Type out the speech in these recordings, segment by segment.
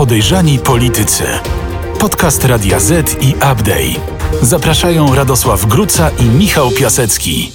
Podejrzani politycy. Podcast Radia Z i Update. Zapraszają Radosław Gruca i Michał Piasecki.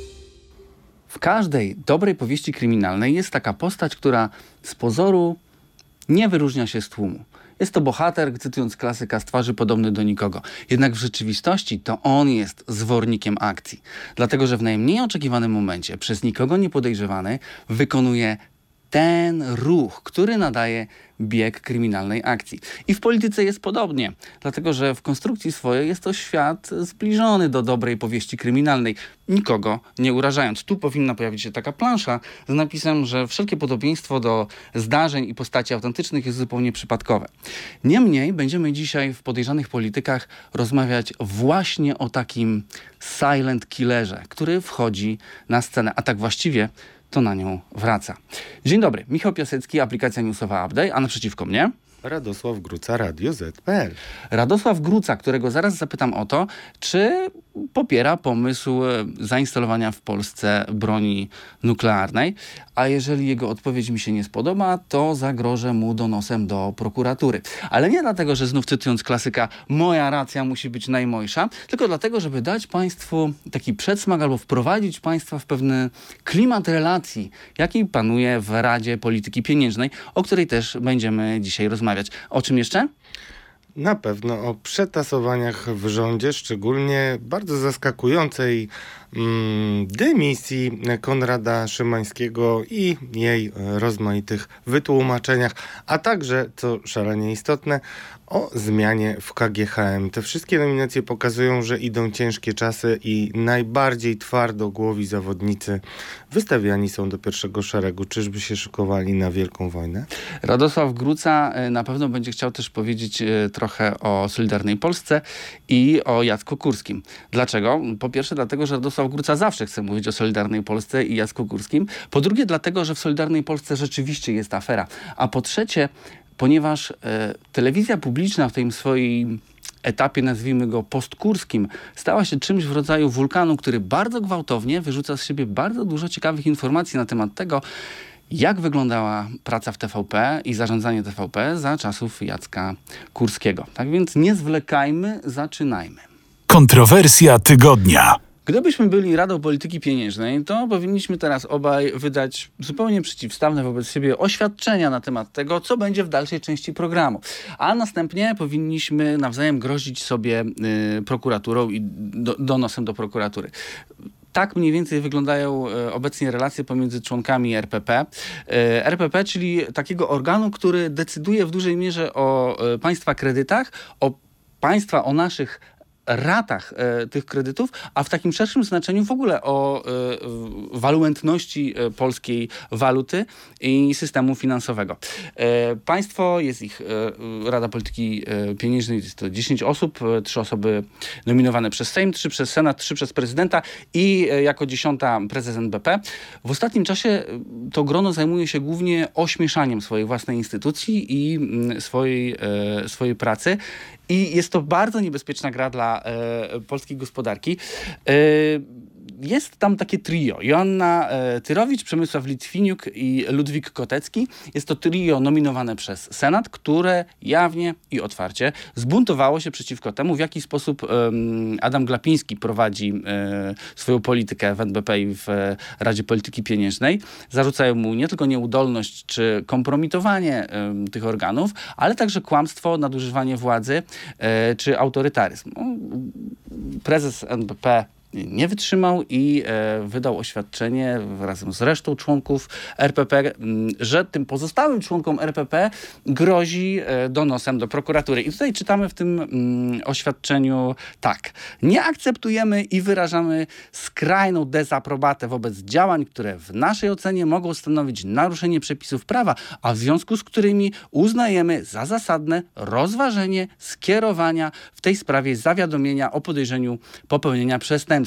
W każdej dobrej powieści kryminalnej jest taka postać, która z pozoru nie wyróżnia się z tłumu. Jest to bohater, cytując klasyka, z twarzy podobny do nikogo. Jednak w rzeczywistości to on jest zwornikiem akcji. Dlatego, że w najmniej oczekiwanym momencie, przez nikogo nie podejrzewany, wykonuje ten ruch, który nadaje bieg kryminalnej akcji. I w polityce jest podobnie, dlatego że w konstrukcji swojej jest to świat zbliżony do dobrej powieści kryminalnej, nikogo nie urażając. Tu powinna pojawić się taka plansza z napisem, że wszelkie podobieństwo do zdarzeń i postaci autentycznych jest zupełnie przypadkowe. Niemniej będziemy dzisiaj w Podejrzanych Politykach rozmawiać właśnie o takim silent killerze, który wchodzi na scenę, a tak właściwie to na nią wraca. Dzień dobry, Michał Piasecki, aplikacja newsowa Update, a naprzeciwko mnie Radosław Gruca, Radio Z.pl. Radosław Gruca, którego zaraz zapytam o to, czy popiera pomysł zainstalowania w Polsce broni nuklearnej, a jeżeli jego odpowiedź mi się nie spodoba, to zagrożę mu donosem do prokuratury. Ale nie dlatego, że znów cytując klasyka, moja racja musi być najmojsza, tylko dlatego, żeby dać Państwu taki przedsmak albo wprowadzić Państwa w pewny klimat relacji, jaki panuje w Radzie Polityki Pieniężnej, o której też będziemy dzisiaj rozmawiać. O czym jeszcze? Na pewno o przetasowaniach w rządzie, szczególnie bardzo zaskakującej dymisji Konrada Szymańskiego i jej rozmaitych wytłumaczeniach, a także, co szalenie istotne, o zmianie w KGHM. Te wszystkie nominacje pokazują, że idą ciężkie czasy i najbardziej twardogłowi zawodnicy wystawiani są do pierwszego szeregu. Czyżby się szykowali na wielką wojnę? Radosław Gruca na pewno będzie chciał też powiedzieć trochę o Solidarnej Polsce i o Jacku Kurskim. Dlaczego? Po pierwsze dlatego, że Radosław Gruca zawsze chce mówić o Solidarnej Polsce i Jacku Kurskim. Po drugie dlatego, że w Solidarnej Polsce rzeczywiście jest afera. A po trzecie, ponieważ telewizja publiczna w tym swoim etapie, nazwijmy go postkurskim, stała się czymś w rodzaju wulkanu, który bardzo gwałtownie wyrzuca z siebie bardzo dużo ciekawych informacji na temat tego, jak wyglądała praca w TVP i zarządzanie TVP za czasów Jacka Kurskiego. Tak więc nie zwlekajmy, zaczynajmy. Kontrowersja tygodnia. Gdybyśmy byli Radą Polityki Pieniężnej, to powinniśmy teraz obaj wydać zupełnie przeciwstawne wobec siebie oświadczenia na temat tego, co będzie w dalszej części programu. A następnie powinniśmy nawzajem grozić sobie prokuraturą i donosem do prokuratury. Tak mniej więcej wyglądają obecnie relacje pomiędzy członkami RPP. RPP, czyli takiego organu, który decyduje w dużej mierze o państwa kredytach, o naszych ratach tych kredytów, a w takim szerszym znaczeniu w ogóle o waluentności polskiej waluty i systemu finansowego. Państwo, jest ich Rada Polityki Pieniężnej, jest to 10 osób, 3 osoby nominowane przez Sejm, 3 przez Senat, 3 przez prezydenta i jako 10. prezes NBP. W ostatnim czasie to grono zajmuje się głównie ośmieszaniem swojej własnej instytucji i swojej pracy. I jest to bardzo niebezpieczna gra dla polskiej gospodarki. Jest tam takie trio. Joanna Tyrowicz, Przemysław Litwiniuk i Ludwik Kotecki. Jest to trio nominowane przez Senat, które jawnie i otwarcie zbuntowało się przeciwko temu, w jaki sposób Adam Glapiński prowadzi swoją politykę w NBP i w Radzie Polityki Pieniężnej. Zarzucają mu nie tylko nieudolność czy kompromitowanie tych organów, ale także kłamstwo, nadużywanie władzy czy autorytaryzm. Prezes NBP nie wytrzymał i wydał oświadczenie razem z resztą członków RPP, że tym pozostałym członkom RPP grozi donosem do prokuratury. I tutaj czytamy w tym oświadczeniu tak. Nie akceptujemy i wyrażamy skrajną dezaprobatę wobec działań, które w naszej ocenie mogą stanowić naruszenie przepisów prawa, a w związku z którymi uznajemy za zasadne rozważenie skierowania w tej sprawie zawiadomienia o podejrzeniu popełnienia przestępstwa.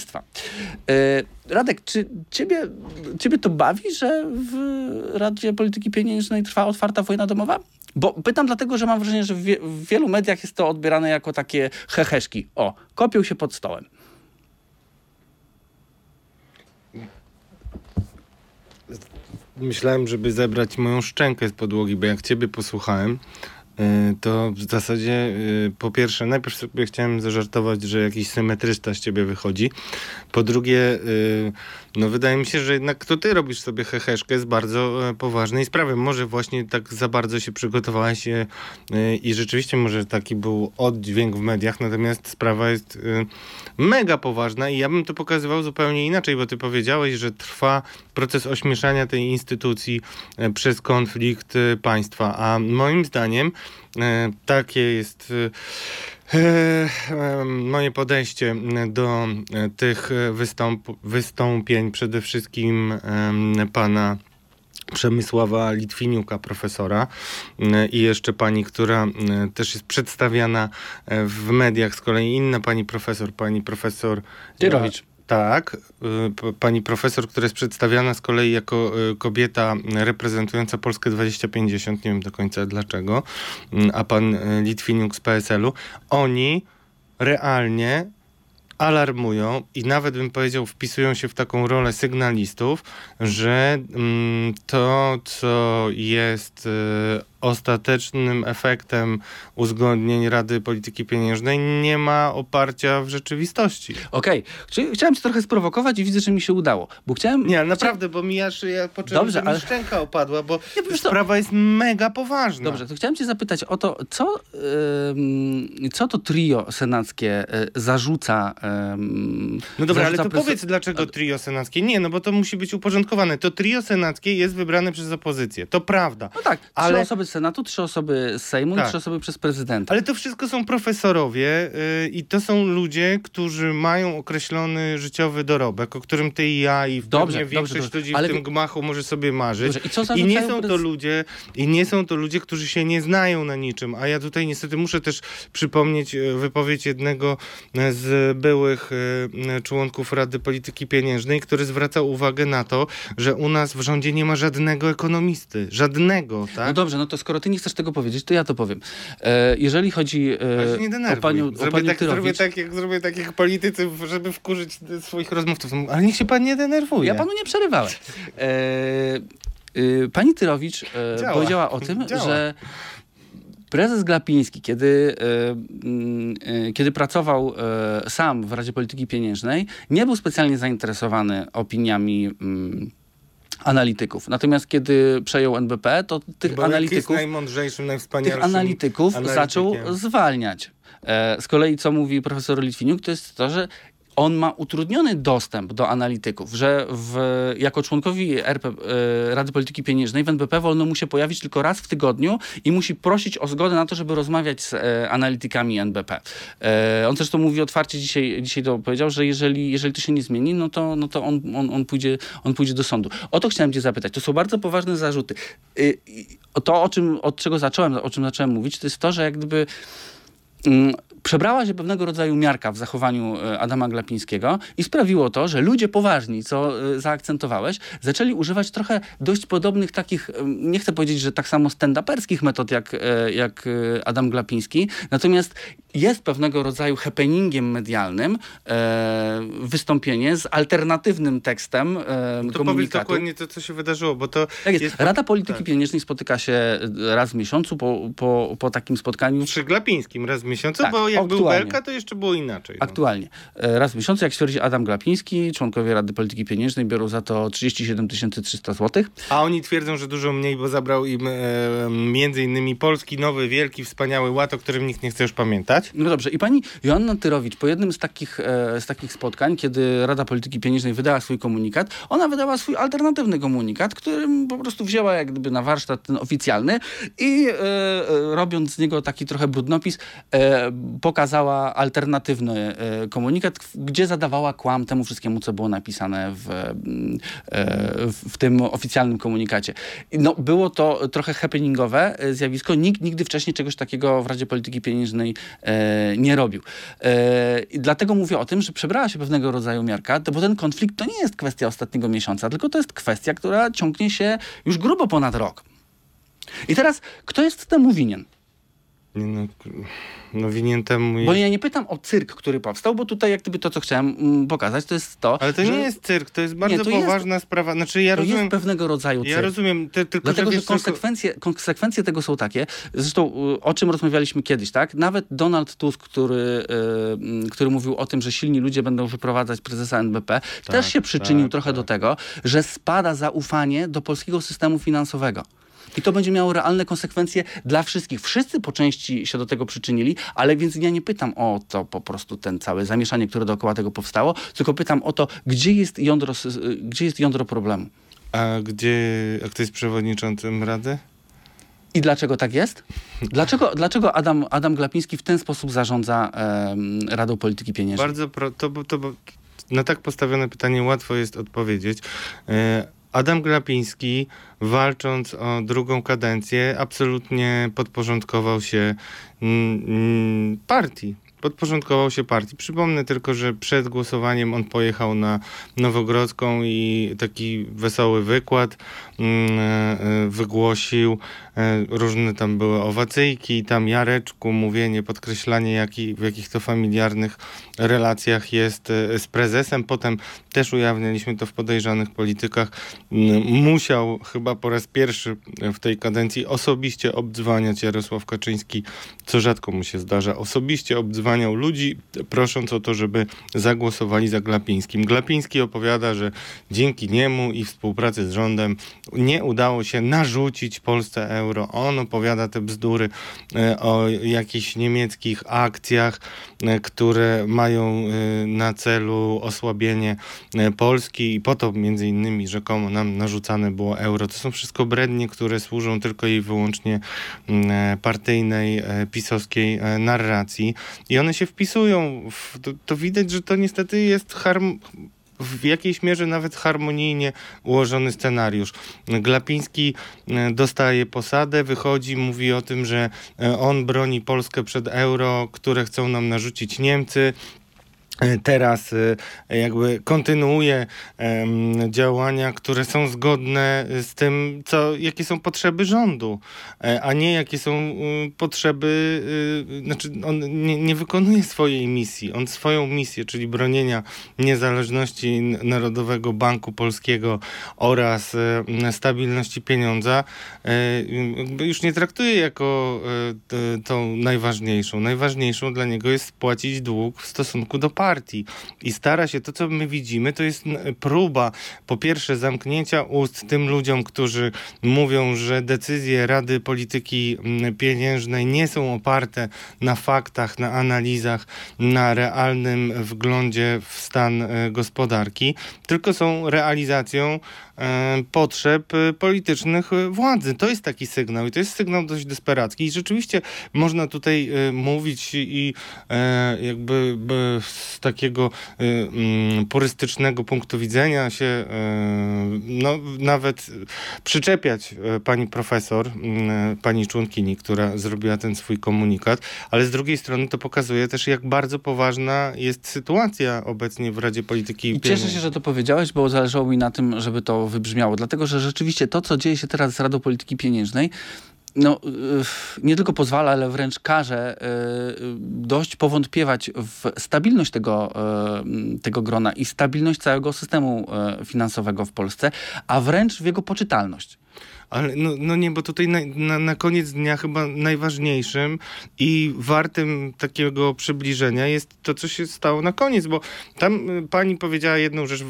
Radek, czy ciebie to bawi, że w Radzie Polityki Pieniężnej trwa otwarta wojna domowa? Bo pytam dlatego, że mam wrażenie, że w wielu mediach jest to odbierane jako takie heheszki. O, kopią się pod stołem. Myślałem, żeby zebrać moją szczękę z podłogi, bo jak ciebie posłuchałem, To w zasadzie po pierwsze, najpierw sobie chciałem zażartować, że jakiś symetrysta z ciebie wychodzi. Po drugie, no wydaje mi się, że jednak to ty robisz sobie heheszkę z bardzo poważnej sprawy. Może właśnie tak za bardzo się przygotowałeś i rzeczywiście może taki był oddźwięk w mediach, natomiast sprawa jest mega poważna i ja bym to pokazywał zupełnie inaczej, bo ty powiedziałeś, że trwa proces ośmieszania tej instytucji przez konflikt państwa, a moim zdaniem takie jest moje podejście do tych wystąpień, przede wszystkim pana Przemysława Litwiniuka, profesora, i jeszcze pani, która też jest przedstawiana w mediach, z kolei inna pani profesor Tyrowicz. Tak, pani profesor, która jest przedstawiana z kolei jako kobieta reprezentująca Polskę 2050, nie wiem do końca dlaczego, a pan Litwiniuk z PSL-u, oni realnie alarmują i nawet bym powiedział wpisują się w taką rolę sygnalistów, że to, co jest ostatecznym efektem uzgodnień Rady Polityki Pieniężnej, nie ma oparcia w rzeczywistości. Okej. Chciałem cię trochę sprowokować i widzę, że mi się udało. Bo chciałem... Nie, naprawdę, bo mi aż ja poczułem, Dobrze, że ale... mi szczęka opadła, bo Nie, sprawa jest mega poważna. Dobrze, to chciałem cię zapytać o to, co to trio senackie zarzuca... No dobra, ale zarzuca to powiedz, dlaczego trio senackie? Nie, no bo to musi być uporządkowane. To trio senackie jest wybrane przez opozycję. To prawda. No tak, ale... 3 osoby z Senatu, 3 osoby z Sejmu tak. i 3 osoby przez prezydenta. Ale to wszystko są profesorowie i to są ludzie, którzy mają określony życiowy dorobek, o którym ty i ja i pewnie większość ludzi w tym gmachu może sobie marzyć. Dobrze. I nie są to ludzie, którzy się nie znają na niczym. A ja tutaj niestety muszę też przypomnieć wypowiedź jednego z byłych członków Rady Polityki Pieniężnej, który zwracał uwagę na to, że u nas w rządzie nie ma żadnego ekonomisty. Żadnego, tak? No dobrze, no to skoro ty nie chcesz tego powiedzieć, to ja to powiem. Jeżeli chodzi o panią Tyrowicz... Zrobię tak jak politycy, żeby wkurzyć swoich rozmówców. Ale niech się pan nie denerwuje. Ja panu nie przerywałem. Pani Tyrowicz powiedziała o tym, że prezes Glapiński, kiedy pracował sam w Radzie Polityki Pieniężnej, nie był specjalnie zainteresowany opiniami analityków. Natomiast kiedy przejął NBP, to tych analityków, najmądrzejszym, najwspanialszym zaczął zwalniać. Z kolei co mówi profesor Litwiniuk, to jest to, że on ma utrudniony dostęp do analityków, że jako członkowi Rady Polityki Pieniężnej w NBP wolno mu się pojawić tylko raz w tygodniu i musi prosić o zgodę na to, żeby rozmawiać z analitykami NBP. On zresztą mówi otwarcie, dzisiaj to powiedział, że jeżeli to się nie zmieni, no to on pójdzie do sądu. O to chciałem cię zapytać. To są bardzo poważne zarzuty. To, od czym zacząłem mówić, to jest to, że jak gdyby przebrała się pewnego rodzaju miarka w zachowaniu Adama Glapińskiego i sprawiło to, że ludzie poważni, co zaakcentowałeś, zaczęli używać trochę dość podobnych takich, nie chcę powiedzieć, że tak samo stand-uperskich metod jak Adam Glapiński, natomiast jest pewnego rodzaju happeningiem medialnym wystąpienie z alternatywnym tekstem to komunikatu. Powiedz dokładnie to, co się wydarzyło, bo to tak jest. Rada Polityki Pieniężnej spotyka się raz w miesiącu po takim spotkaniu. Przy Glapińskim raz w miesiącu, tak, bo jak aktualnie. był Belka, to jeszcze było inaczej. No. Aktualnie. Raz w miesiącu, jak stwierdzi Adam Glapiński, członkowie Rady Polityki Pieniężnej biorą za to 37 300 zł. A oni twierdzą, że dużo mniej, bo zabrał im między innymi polski, nowy, wielki, wspaniały ład, o którym nikt nie chce już pamiętać. No dobrze. I pani Joanna Tyrowicz po jednym z takich spotkań, kiedy Rada Polityki Pieniężnej wydała swój komunikat, ona wydała swój alternatywny komunikat, którym po prostu wzięła jak gdyby na warsztat ten oficjalny i robiąc z niego taki trochę brudnopis, pokazała alternatywny komunikat, gdzie zadawała kłam temu wszystkiemu, co było napisane w tym oficjalnym komunikacie. No, było to trochę happeningowe zjawisko. Nikt nigdy wcześniej czegoś takiego w Radzie Polityki Pieniężnej nie robił. I dlatego mówię o tym, że przebrała się pewnego rodzaju miarka, bo ten konflikt to nie jest kwestia ostatniego miesiąca, tylko to jest kwestia, która ciągnie się już grubo ponad rok. I teraz, kto jest temu winien? Nie no winien temu... Bo ja nie pytam o cyrk, który powstał, bo tutaj jak gdyby to, co chciałem pokazać, to jest to, Ale to nie jest cyrk, to jest bardzo poważna sprawa. Znaczy ja rozumiem... jest pewnego rodzaju cyrk. Ja rozumiem, tylko dlatego, że... że konsekwencje tego są takie, zresztą o czym rozmawialiśmy kiedyś, tak? Nawet Donald Tusk, który mówił o tym, że silni ludzie będą wyprowadzać prezesa NBP, też się przyczynił trochę do tego, że spada zaufanie do polskiego systemu finansowego. I to będzie miało realne konsekwencje dla wszystkich. Wszyscy po części się do tego przyczynili, ale więc ja nie pytam o to po prostu ten całe zamieszanie, które dookoła tego powstało, tylko pytam o to, gdzie jest jądro problemu. A kto jest przewodniczącym Rady? I dlaczego tak jest? Dlaczego Adam Glapiński w ten sposób zarządza Radą Polityki Pieniężnej? Na tak postawione pytanie łatwo jest odpowiedzieć. Adam Glapiński, walcząc o drugą kadencję, absolutnie podporządkował się partii. Przypomnę tylko, że przed głosowaniem on pojechał na Nowogrodzką i taki wesoły wykład wygłosił. Różne tam były owacyjki, tam Jareczku, mówienie, podkreślanie, w jakich to familiarnych relacjach jest z prezesem. Potem też ujawnialiśmy to w Podejrzanych Politykach. Musiał chyba po raz pierwszy w tej kadencji osobiście obdzwaniać Jarosław Kaczyński, co rzadko mu się zdarza. Osobiście obdzwaniał ludzi, prosząc o to, żeby zagłosowali za Glapińskim. Glapiński opowiada, że dzięki niemu i współpracy z rządem nie udało się narzucić Polsce euro. On opowiada te bzdury o jakichś niemieckich akcjach, które mają na celu osłabienie Polski i po to między innymi rzekomo nam narzucane było euro. To są wszystko brednie, które służą tylko i wyłącznie partyjnej, pisowskiej narracji i one się wpisują. To widać, że to niestety jest w jakiejś mierze nawet harmonijnie ułożony scenariusz. Glapiński dostaje posadę, wychodzi, mówi o tym, że on broni Polskę przed euro, które chcą nam narzucić Niemcy. Teraz jakby kontynuuje działania, które są zgodne z tym, jakie są potrzeby rządu, a nie jakie są potrzeby, znaczy on nie wykonuje swojej misji. On swoją misję, czyli bronienia niezależności Narodowego Banku Polskiego oraz stabilności pieniądza, już nie traktuje jako tą najważniejszą. Najważniejszą dla niego jest spłacić dług w stosunku do partii. I stara się, to co my widzimy, to jest próba po pierwsze zamknięcia ust tym ludziom, którzy mówią, że decyzje Rady Polityki Pieniężnej nie są oparte na faktach, na analizach, na realnym wglądzie w stan gospodarki, tylko są realizacją potrzeb politycznych władzy. To jest taki sygnał i to jest sygnał dość desperacki i rzeczywiście można tutaj mówić i jakby z takiego purystycznego punktu widzenia się nawet przyczepiać pani profesor, pani członkini, która zrobiła ten swój komunikat, ale z drugiej strony to pokazuje też, jak bardzo poważna jest sytuacja obecnie w Radzie Polityki Pieniężnej. Cieszę się, że to powiedziałeś, bo zależało mi na tym, żeby to wybrzmiało, dlatego że rzeczywiście to, co dzieje się teraz z Radą Polityki Pieniężnej, nie tylko pozwala, ale wręcz każe dość powątpiewać w stabilność tego grona i stabilność całego systemu finansowego w Polsce, a wręcz w jego poczytalność. Ale nie, bo tutaj na koniec dnia chyba najważniejszym i wartym takiego przybliżenia jest to, co się stało na koniec, bo tam pani powiedziała jedną rzecz,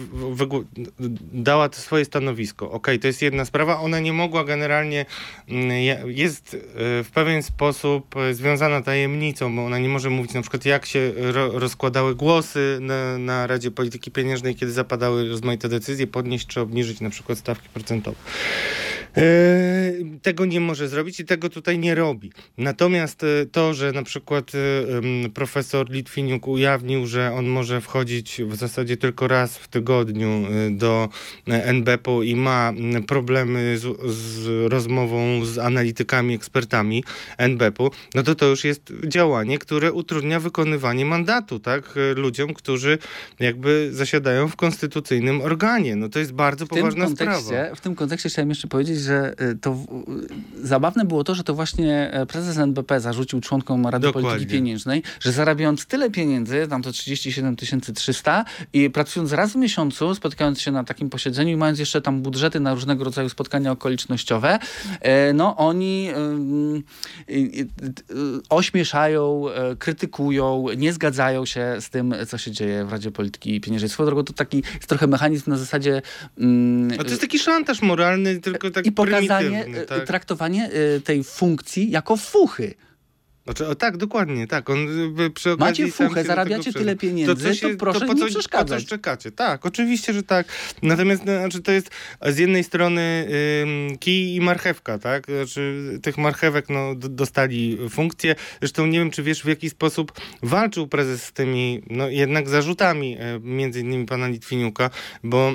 dała to swoje stanowisko. Okej, to jest jedna sprawa, ona nie mogła generalnie, jest w pewien sposób związana tajemnicą, bo ona nie może mówić na przykład, jak się rozkładały głosy na Radzie Polityki Pieniężnej, kiedy zapadały rozmaite decyzje, podnieść czy obniżyć na przykład stawki procentowe. Tego nie może zrobić i tego tutaj nie robi. Natomiast to, że na przykład profesor Litwiniuk ujawnił, że on może wchodzić w zasadzie tylko raz w tygodniu do NBP-u i ma problemy z rozmową z analitykami, ekspertami NBP-u, no to już jest działanie, które utrudnia wykonywanie mandatu, tak? Ludziom, którzy jakby zasiadają w konstytucyjnym organie. No to jest bardzo poważna sprawa. W tym kontekście chciałem jeszcze powiedzieć, że zabawne było to, że to właśnie prezes NBP zarzucił członkom Rady Polityki Pieniężnej, że zarabiając tyle pieniędzy, tam to 37 300 i pracując raz w miesiącu, spotykając się na takim posiedzeniu i mając jeszcze tam budżety na różnego rodzaju spotkania okolicznościowe, oni ośmieszają, krytykują, nie zgadzają się z tym, co się dzieje w Radzie Polityki Pieniężnej. Swoją drogą to taki jest trochę mechanizm na zasadzie... A to jest taki szantaż moralny, tylko tak i pokazanie, tak? Traktowanie tej funkcji jako fuchy. Znaczy, tak, dokładnie, tak. On przy okazji macie fuchę, zarabiacie tyle pieniędzy, to proszę nie przeszkadzać. Po co szczekacie? Tak, oczywiście, że tak. Natomiast to jest z jednej strony kij i marchewka, tak? Znaczy, tych marchewek dostali funkcję. Zresztą nie wiem, czy wiesz, w jaki sposób walczył prezes z tymi jednak zarzutami, między innymi pana Litwiniuka, bo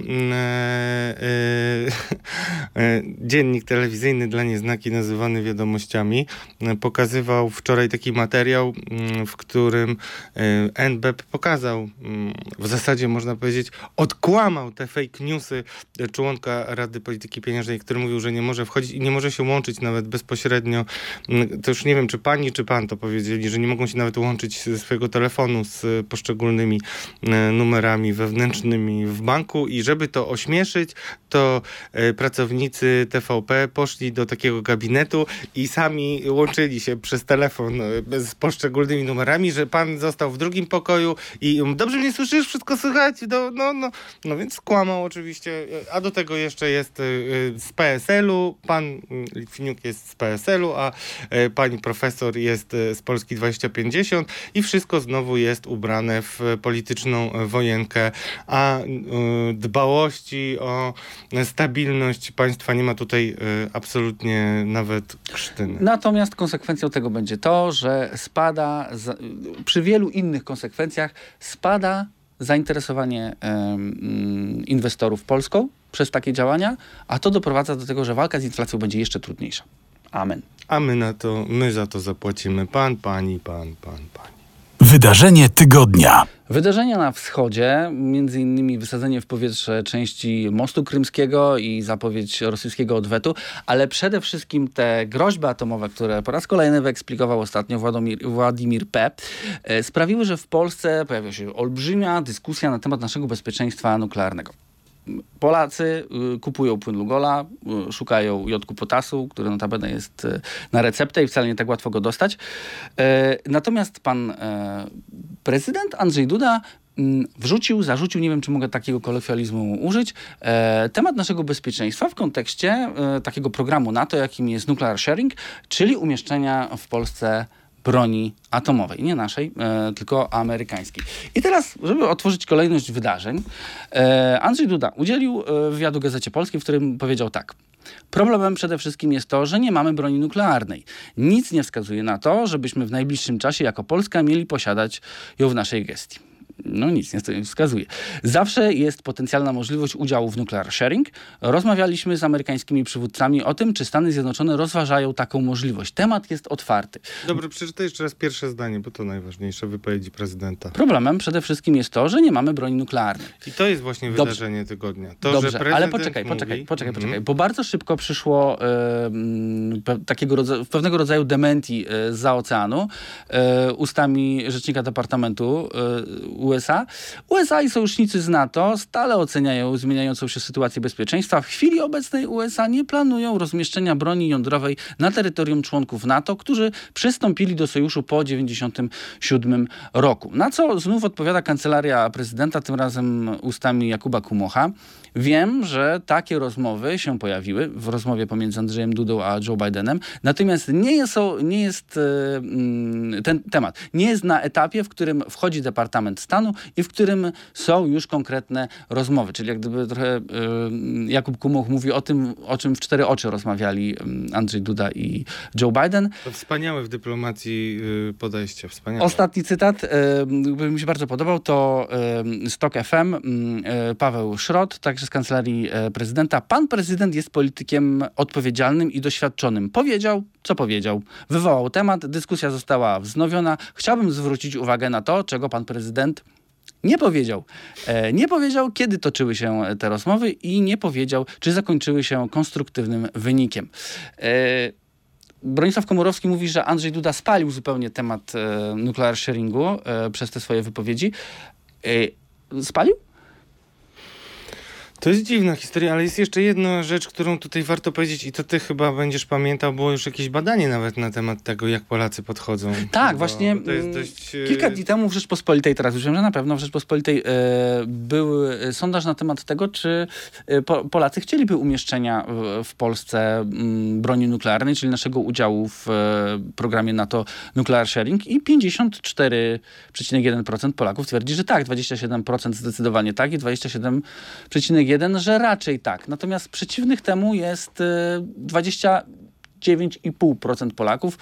dziennik telewizyjny dla nieznaki nazywany Wiadomościami pokazywał wczoraj taki materiał, w którym NBP pokazał, w zasadzie można powiedzieć, odkłamał te fake newsy członka Rady Polityki Pieniężnej, który mówił, że nie może wchodzić i nie może się łączyć nawet bezpośrednio. To już nie wiem, czy pani, czy pan to powiedzieli, że nie mogą się nawet łączyć ze swojego telefonu z poszczególnymi numerami wewnętrznymi w banku i żeby to ośmieszyć, to pracownicy TVP poszli do takiego gabinetu i sami łączyli się przez telefon z poszczególnymi numerami, że pan został w drugim pokoju i dobrze mnie słyszysz? Wszystko słychać? No więc kłamał oczywiście. A do tego jeszcze jest z PSL-u. Pan Litwiniuk jest z PSL-u, a pani profesor jest z Polski 2050 i wszystko znowu jest ubrane w polityczną wojenkę, a dbałości o stabilność państwa nie ma tutaj absolutnie nawet krztyny. Natomiast konsekwencją tego będzie to, że spada, przy wielu innych konsekwencjach, spada zainteresowanie inwestorów Polską przez takie działania, a to doprowadza do tego, że walka z inflacją będzie jeszcze trudniejsza. Amen. A my za to zapłacimy. Pan, pani. Wydarzenie tygodnia. Wydarzenia na wschodzie, między innymi wysadzenie w powietrze części mostu krymskiego i zapowiedź rosyjskiego odwetu, ale przede wszystkim te groźby atomowe, które po raz kolejny wyeksplikował ostatnio Władimir P., sprawiły, że w Polsce pojawiła się olbrzymia dyskusja na temat naszego bezpieczeństwa nuklearnego. Polacy kupują płyn Lugola, szukają jodku potasu, który notabene jest na receptę i wcale nie tak łatwo go dostać. Natomiast pan prezydent Andrzej Duda zarzucił, nie wiem, czy mogę takiego kolokwializmu użyć, temat naszego bezpieczeństwa w kontekście takiego programu NATO, jakim jest nuclear sharing, czyli umieszczenia w Polsce broni atomowej. Nie naszej, tylko amerykańskiej. I teraz, żeby otworzyć kolejność wydarzeń, Andrzej Duda udzielił wywiadu Gazecie Polskiej, w którym powiedział tak. Problemem przede wszystkim jest to, że nie mamy broni nuklearnej. Nic nie wskazuje na to, żebyśmy w najbliższym czasie jako Polska mieli posiadać ją w naszej gestii. Nic nie wskazuje. Zawsze jest potencjalna możliwość udziału w nuclear sharing. Rozmawialiśmy z amerykańskimi przywódcami o tym, czy Stany Zjednoczone rozważają taką możliwość. Temat jest otwarty. Dobrze, przeczytaj jeszcze raz pierwsze zdanie, bo to najważniejsze wypowiedzi prezydenta. Problemem przede wszystkim jest to, że nie mamy broni nuklearnej. I to jest właśnie wydarzenie tygodnia. To, dobrze, że ale poczekaj, bo bardzo szybko przyszło pewnego rodzaju dementi zza oceanu ustami rzecznika Departamentu USA i sojusznicy z NATO stale oceniają zmieniającą się sytuację bezpieczeństwa. W chwili obecnej USA nie planują rozmieszczenia broni jądrowej na terytorium członków NATO, którzy przystąpili do sojuszu po 1997 roku. Na co znów odpowiada kancelaria prezydenta, tym razem ustami Jakuba Kumocha. Wiem, że takie rozmowy się pojawiły w rozmowie pomiędzy Andrzejem Dudą a Joe Bidenem, natomiast nie jest ten temat nie jest na etapie, w którym wchodzi Departament Stanu i w którym są już konkretne rozmowy. Czyli jak gdyby trochę Jakub Kumoch mówi o tym, o czym w 4 oczy rozmawiali Andrzej Duda i Joe Biden. To wspaniałe w dyplomacji podejście. Wspaniałe. Ostatni cytat, który mi się bardzo podobał, to Stok FM, Paweł Szrot, także z kancelarii prezydenta. Pan prezydent jest politykiem odpowiedzialnym i doświadczonym. Powiedział, co powiedział. Wywołał temat, dyskusja została wznowiona. Chciałbym zwrócić uwagę na to, czego pan prezydent Nie powiedział. Nie powiedział, kiedy toczyły się te rozmowy i nie powiedział, czy zakończyły się konstruktywnym wynikiem. Bronisław Komorowski mówi, że Andrzej Duda spalił zupełnie temat nuclear sharingu przez te swoje wypowiedzi. Spalił? To jest dziwna historia, ale jest jeszcze jedna rzecz, którą tutaj warto powiedzieć i to ty chyba będziesz pamiętał, było już jakieś badanie nawet na temat tego, jak Polacy podchodzą. Tak, właśnie to jest dość... kilka dni temu w Rzeczpospolitej, teraz już wiem, że na pewno w Rzeczpospolitej był sondaż na temat tego, czy Polacy chcieliby umieszczenia w Polsce broni nuklearnej, czyli naszego udziału w programie NATO Nuclear Sharing i 54,1% Polaków twierdzi, że tak, 27% zdecydowanie tak i 27,1%, że raczej tak. Natomiast przeciwnych temu jest 29,5% Polaków,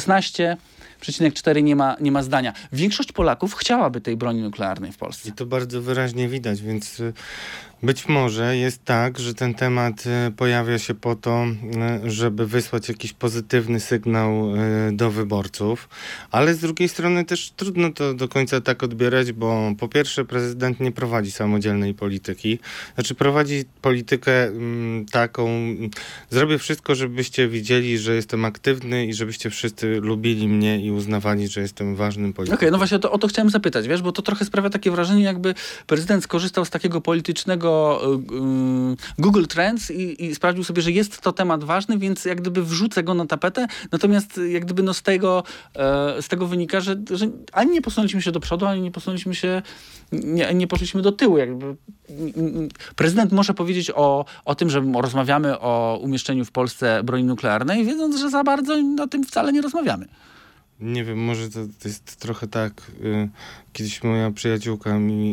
16,4% nie ma zdania. Większość Polaków chciałaby tej broni nuklearnej w Polsce. I to bardzo wyraźnie widać, więc być może jest tak, że ten temat pojawia się po to, żeby wysłać jakiś pozytywny sygnał do wyborców, ale z drugiej strony też trudno to do końca tak odbierać, bo po pierwsze prezydent nie prowadzi samodzielnej polityki, znaczy prowadzi politykę taką, zrobię wszystko, żebyście widzieli, że jestem aktywny i żebyście wszyscy lubili mnie i uznawali, że jestem ważnym politykiem. Okej, no właśnie o to chciałem zapytać, wiesz, bo to trochę sprawia takie wrażenie, jakby prezydent skorzystał z takiego politycznego Google Trends i sprawdził sobie, że jest to temat ważny, więc jak gdyby wrzucę go na tapetę, natomiast jak gdyby no z tego wynika, że ani nie posunęliśmy się do przodu, ani nie posunęliśmy się, nie poszliśmy do tyłu. Jakby prezydent może powiedzieć o tym, że rozmawiamy o umieszczeniu w Polsce broni nuklearnej, wiedząc, że za bardzo o tym wcale nie rozmawiamy. Nie wiem, może to jest trochę tak, kiedyś moja przyjaciółka mi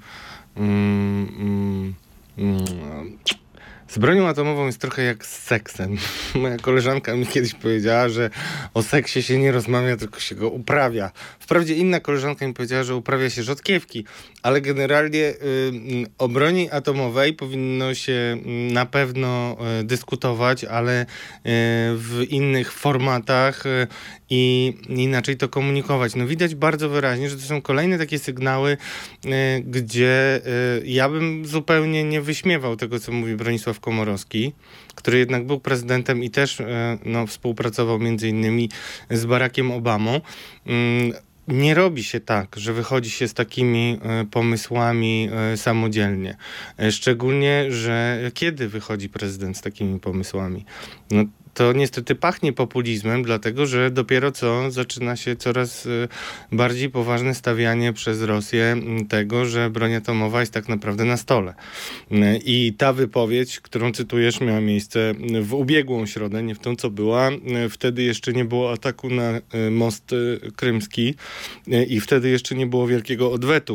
z bronią atomową jest trochę jak z seksem. Moja koleżanka mi kiedyś powiedziała, że o seksie się nie rozmawia, tylko się go uprawia. Wprawdzie inna koleżanka mi powiedziała, że uprawia się rzodkiewki, ale generalnie o broni atomowej powinno się na pewno dyskutować, ale w innych formatach i inaczej to komunikować. No widać bardzo wyraźnie, że to są kolejne takie sygnały, gdzie ja bym zupełnie nie wyśmiewał tego, co mówi Bronisław Komorowski, który jednak był prezydentem i też współpracował między innymi z Barackiem Obamą. Nie robi się tak, że wychodzi się z takimi pomysłami samodzielnie. Szczególnie, że kiedy wychodzi prezydent z takimi pomysłami? No, to niestety pachnie populizmem, dlatego że dopiero co zaczyna się coraz bardziej poważne stawianie przez Rosję tego, że broń atomowa jest tak naprawdę na stole. I ta wypowiedź, którą cytujesz, miała miejsce w ubiegłą środę, nie w tą, co była. Wtedy jeszcze nie było ataku na most krymski i wtedy jeszcze nie było wielkiego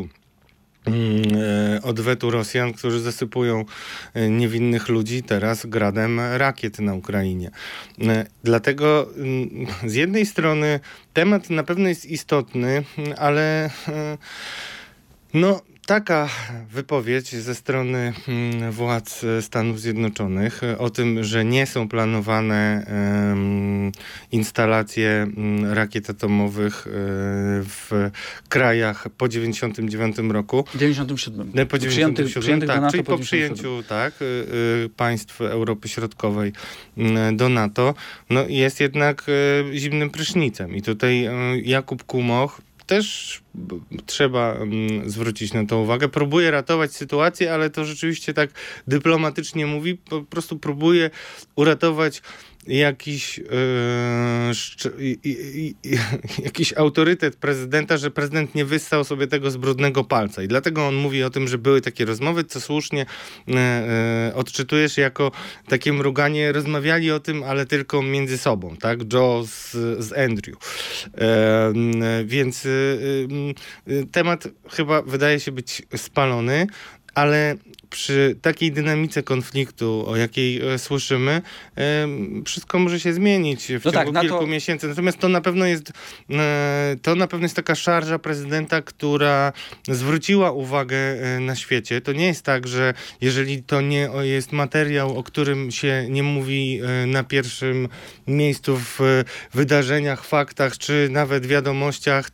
odwetu Rosjan, którzy zasypują niewinnych ludzi teraz gradem rakiet na Ukrainie. Dlatego z jednej strony temat na pewno jest istotny, ale taka wypowiedź ze strony władz Stanów Zjednoczonych o tym, że nie są planowane instalacje rakiet atomowych w krajach po 99 roku. 97. Po 97, do NATO czyli po 97. przyjęciu państw Europy Środkowej do NATO, jest jednak zimnym prysznicem. I tutaj Jakub Kumoch też trzeba zwrócić na to uwagę. Próbuje ratować sytuację, ale to rzeczywiście tak dyplomatycznie mówi. Po prostu próbuje uratować jakiś autorytet prezydenta, że prezydent nie wyssał sobie tego z brudnego palca. I dlatego on mówi o tym, że były takie rozmowy, co słusznie odczytujesz jako takie mruganie. Rozmawiali o tym, ale tylko między sobą, tak? Joe z Andrew. Więc temat chyba wydaje się być spalony, ale przy takiej dynamice konfliktu, o jakiej słyszymy, wszystko może się zmienić w ciągu kilku miesięcy. Natomiast to na pewno jest taka szarża prezydenta, która zwróciła uwagę na świecie. To nie jest tak, że jeżeli to nie jest materiał, o którym się nie mówi na pierwszym miejscu w wydarzeniach, faktach, czy nawet wiadomościach,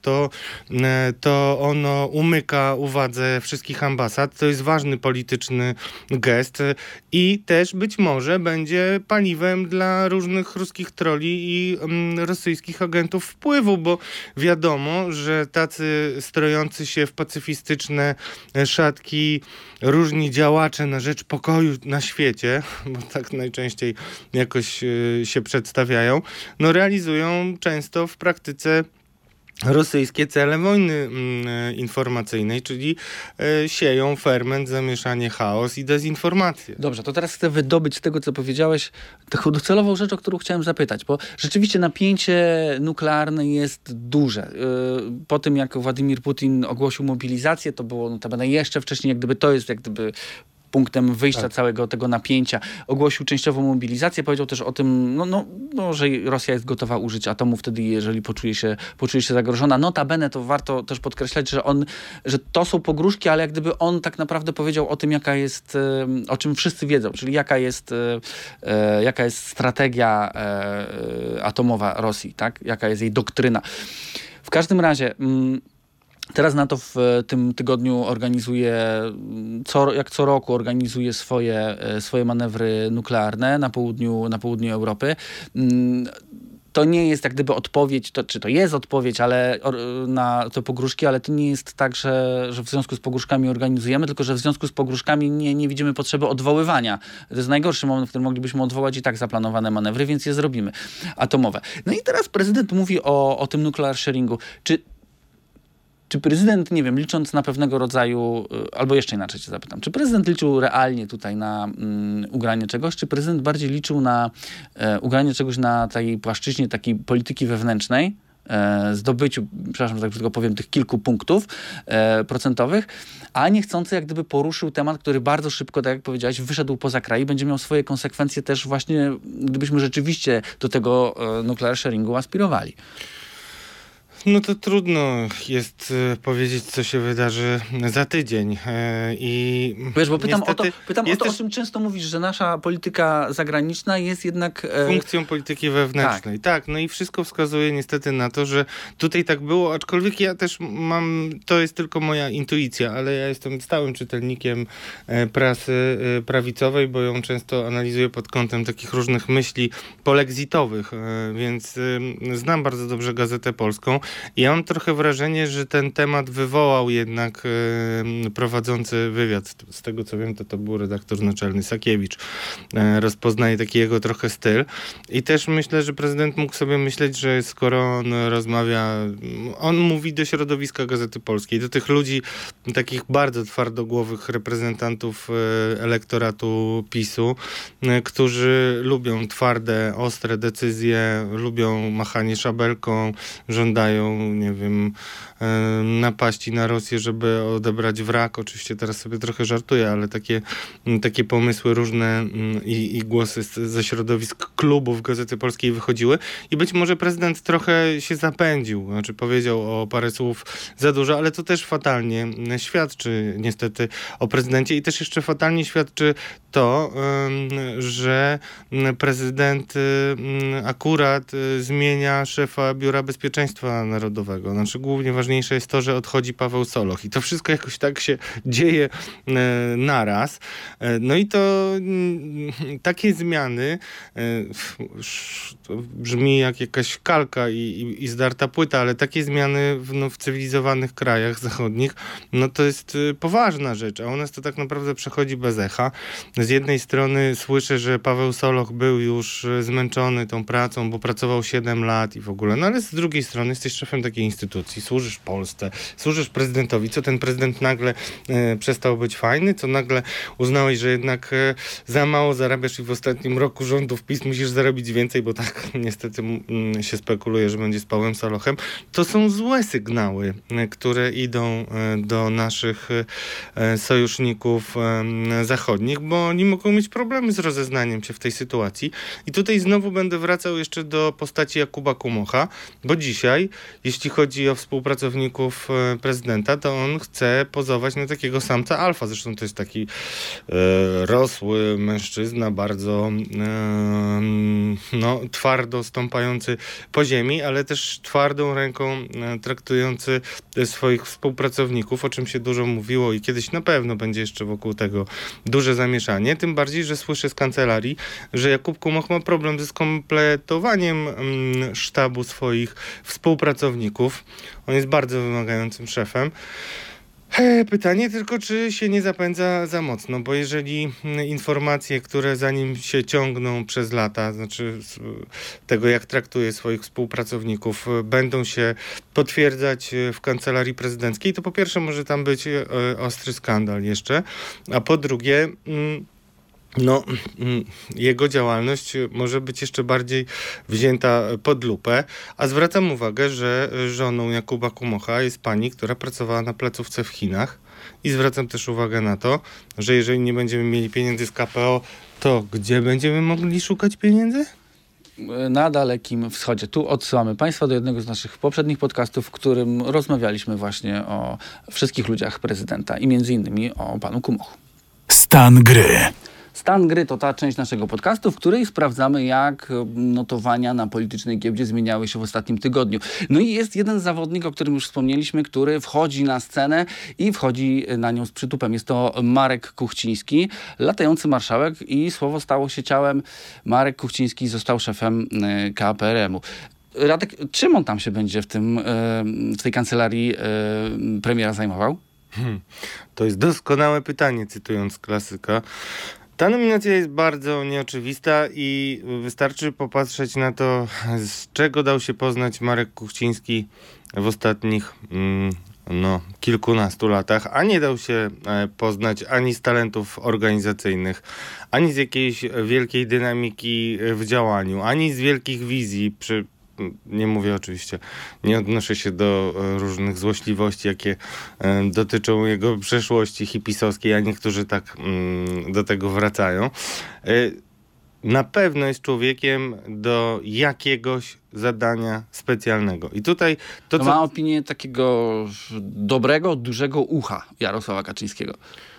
to ono umyka uwadze wszystkich ambasad. To jest ważny polityczny gest i też być może będzie paliwem dla różnych ruskich troli i rosyjskich agentów wpływu, bo wiadomo, że tacy strojący się w pacyfistyczne szatki różni działacze na rzecz pokoju na świecie, bo tak najczęściej jakoś się przedstawiają, realizują często w praktyce rosyjskie cele wojny informacyjnej, czyli sieją ferment, zamieszanie, chaos i dezinformację. Dobrze, to teraz chcę wydobyć z tego, co powiedziałeś, taką docelową rzecz, o którą chciałem zapytać, bo rzeczywiście napięcie nuklearne jest duże. Po tym, jak Władimir Putin ogłosił mobilizację, to było notabene jeszcze wcześniej, to jest punktem wyjścia całego tego napięcia. Ogłosił częściową mobilizację, powiedział też o tym, że Rosja jest gotowa użyć atomu wtedy, jeżeli poczuje się zagrożona. Notabene to warto też podkreślać, że to są pogróżki, ale on tak naprawdę powiedział o tym, jaka jest, o czym wszyscy wiedzą, czyli jaka jest strategia atomowa Rosji, tak? Jaka jest jej doktryna. W każdym razie teraz NATO w tym tygodniu jak co roku organizuje swoje manewry nuklearne na południu Europy. To nie jest odpowiedź, czy to jest odpowiedź na te pogróżki, ale to nie jest tak, że w związku z pogróżkami organizujemy, tylko że w związku z pogróżkami nie widzimy potrzeby odwoływania. To jest najgorszy moment, w którym moglibyśmy odwołać i tak zaplanowane manewry, więc je zrobimy. Atomowe. No i teraz prezydent mówi o tym nuclear sharingu. Czy prezydent, nie wiem, licząc na pewnego rodzaju, albo jeszcze inaczej cię zapytam, czy prezydent liczył realnie tutaj na ugranie czegoś, czy prezydent bardziej liczył na ugranie czegoś na tej płaszczyźnie takiej polityki wewnętrznej, zdobyciu, przepraszam, tak tylko powiem, tych kilku punktów procentowych, a niechcący poruszył temat, który bardzo szybko, tak jak powiedziałeś, wyszedł poza kraj i będzie miał swoje konsekwencje też właśnie, gdybyśmy rzeczywiście do tego nuclear sharingu aspirowali. To trudno jest powiedzieć, co się wydarzy za tydzień. Wiesz, bo pytam o to, o czym często mówisz, że nasza polityka zagraniczna jest jednak funkcją polityki wewnętrznej. Tak, i wszystko wskazuje niestety na to, że tutaj tak było, aczkolwiek ja też to jest tylko moja intuicja, ale ja jestem stałym czytelnikiem prasy prawicowej, bo ją często analizuję pod kątem takich różnych myśli polexitowych, więc znam bardzo dobrze Gazetę Polską. I ja mam trochę wrażenie, że ten temat wywołał jednak prowadzący wywiad. Z tego co wiem, to był redaktor naczelny Sakiewicz. Rozpoznaje taki jego trochę styl. I też myślę, że prezydent mógł sobie myśleć, że skoro on rozmawia, on mówi do środowiska Gazety Polskiej, do tych ludzi, takich bardzo twardogłowych reprezentantów elektoratu PiS-u, którzy lubią twarde, ostre decyzje, lubią machanie szabelką, żądają, nie wiem, napaści na Rosję, żeby odebrać wrak. Oczywiście teraz sobie trochę żartuję, ale takie pomysły różne i głosy ze środowisk klubów Gazety Polskiej wychodziły i być może prezydent trochę się zapędził, znaczy powiedział o parę słów za dużo, ale to też fatalnie świadczy niestety o prezydencie i też jeszcze fatalnie świadczy to, że prezydent akurat zmienia szefa Biura Bezpieczeństwa Narodowego. Znaczy głównie ważniejsze jest to, że odchodzi Paweł Soloch i to wszystko jakoś tak się dzieje naraz. I to takie zmiany to brzmi jak jakaś kalka i zdarta płyta, ale takie zmiany w cywilizowanych krajach zachodnich, to jest poważna rzecz, a u nas to tak naprawdę przechodzi bez echa. Z jednej strony słyszę, że Paweł Soloch był już zmęczony tą pracą, bo pracował 7 lat i w ogóle, ale z drugiej strony jest jeszcze szefem takiej instytucji, służysz Polsce, służysz prezydentowi, co ten prezydent nagle przestał być fajny, co nagle uznałeś, że jednak za mało zarabiasz i w ostatnim roku rządów PiS musisz zarobić więcej, bo tak niestety się spekuluje, że będzie z Pawłem Salochem. To są złe sygnały, które idą do naszych sojuszników zachodnich, bo oni mogą mieć problemy z rozeznaniem się w tej sytuacji. I tutaj znowu będę wracał jeszcze do postaci Jakuba Kumocha, bo dzisiaj, jeśli chodzi o współpracowników prezydenta, to on chce pozować na takiego samca alfa. Zresztą to jest taki rosły mężczyzna, bardzo twardo stąpający po ziemi, ale też twardą ręką traktujący swoich współpracowników, o czym się dużo mówiło i kiedyś na pewno będzie jeszcze wokół tego duże zamieszanie. Tym bardziej, że słyszę z kancelarii, że Jakub Kumoch ma problem ze skompletowaniem sztabu swoich współpracowników. On jest bardzo wymagającym szefem. Pytanie tylko, czy się nie zapędza za mocno, bo jeżeli informacje, które za nim się ciągną przez lata, znaczy tego, jak traktuje swoich współpracowników, będą się potwierdzać w kancelarii prezydenckiej, to po pierwsze może tam być ostry skandal jeszcze, a po drugie jego działalność może być jeszcze bardziej wzięta pod lupę, a zwracam uwagę, że żoną Jakuba Kumocha jest pani, która pracowała na placówce w Chinach i zwracam też uwagę na to, że jeżeli nie będziemy mieli pieniędzy z KPO, to gdzie będziemy mogli szukać pieniędzy? Na Dalekim Wschodzie. Tu odsyłamy Państwa do jednego z naszych poprzednich podcastów, w którym rozmawialiśmy właśnie o wszystkich ludziach prezydenta i między innymi o panu Kumochu. Stan gry. Stan gry to ta część naszego podcastu, w której sprawdzamy, jak notowania na politycznej giełdzie zmieniały się w ostatnim tygodniu. No i jest jeden zawodnik, o którym już wspomnieliśmy, który wchodzi na scenę i wchodzi na nią z przytupem. Jest to Marek Kuchciński, latający marszałek i słowo stało się ciałem. Marek Kuchciński został szefem KPRM-u. Radek, czym on tam się będzie w tej kancelarii premiera zajmował? To jest doskonałe pytanie, cytując klasyka. Ta nominacja jest bardzo nieoczywista i wystarczy popatrzeć na to, z czego dał się poznać Marek Kuchciński w ostatnich kilkunastu latach, a nie dał się poznać ani z talentów organizacyjnych, ani z jakiejś wielkiej dynamiki w działaniu, ani z wielkich wizji nie mówię oczywiście, nie odnoszę się do różnych złośliwości, jakie dotyczą jego przeszłości hipisowskiej, a niektórzy tak do tego wracają. Na pewno jest człowiekiem do jakiegoś zadania specjalnego. I tutaj to, ma opinię takiego dobrego, dużego ucha Jarosława Kaczyńskiego.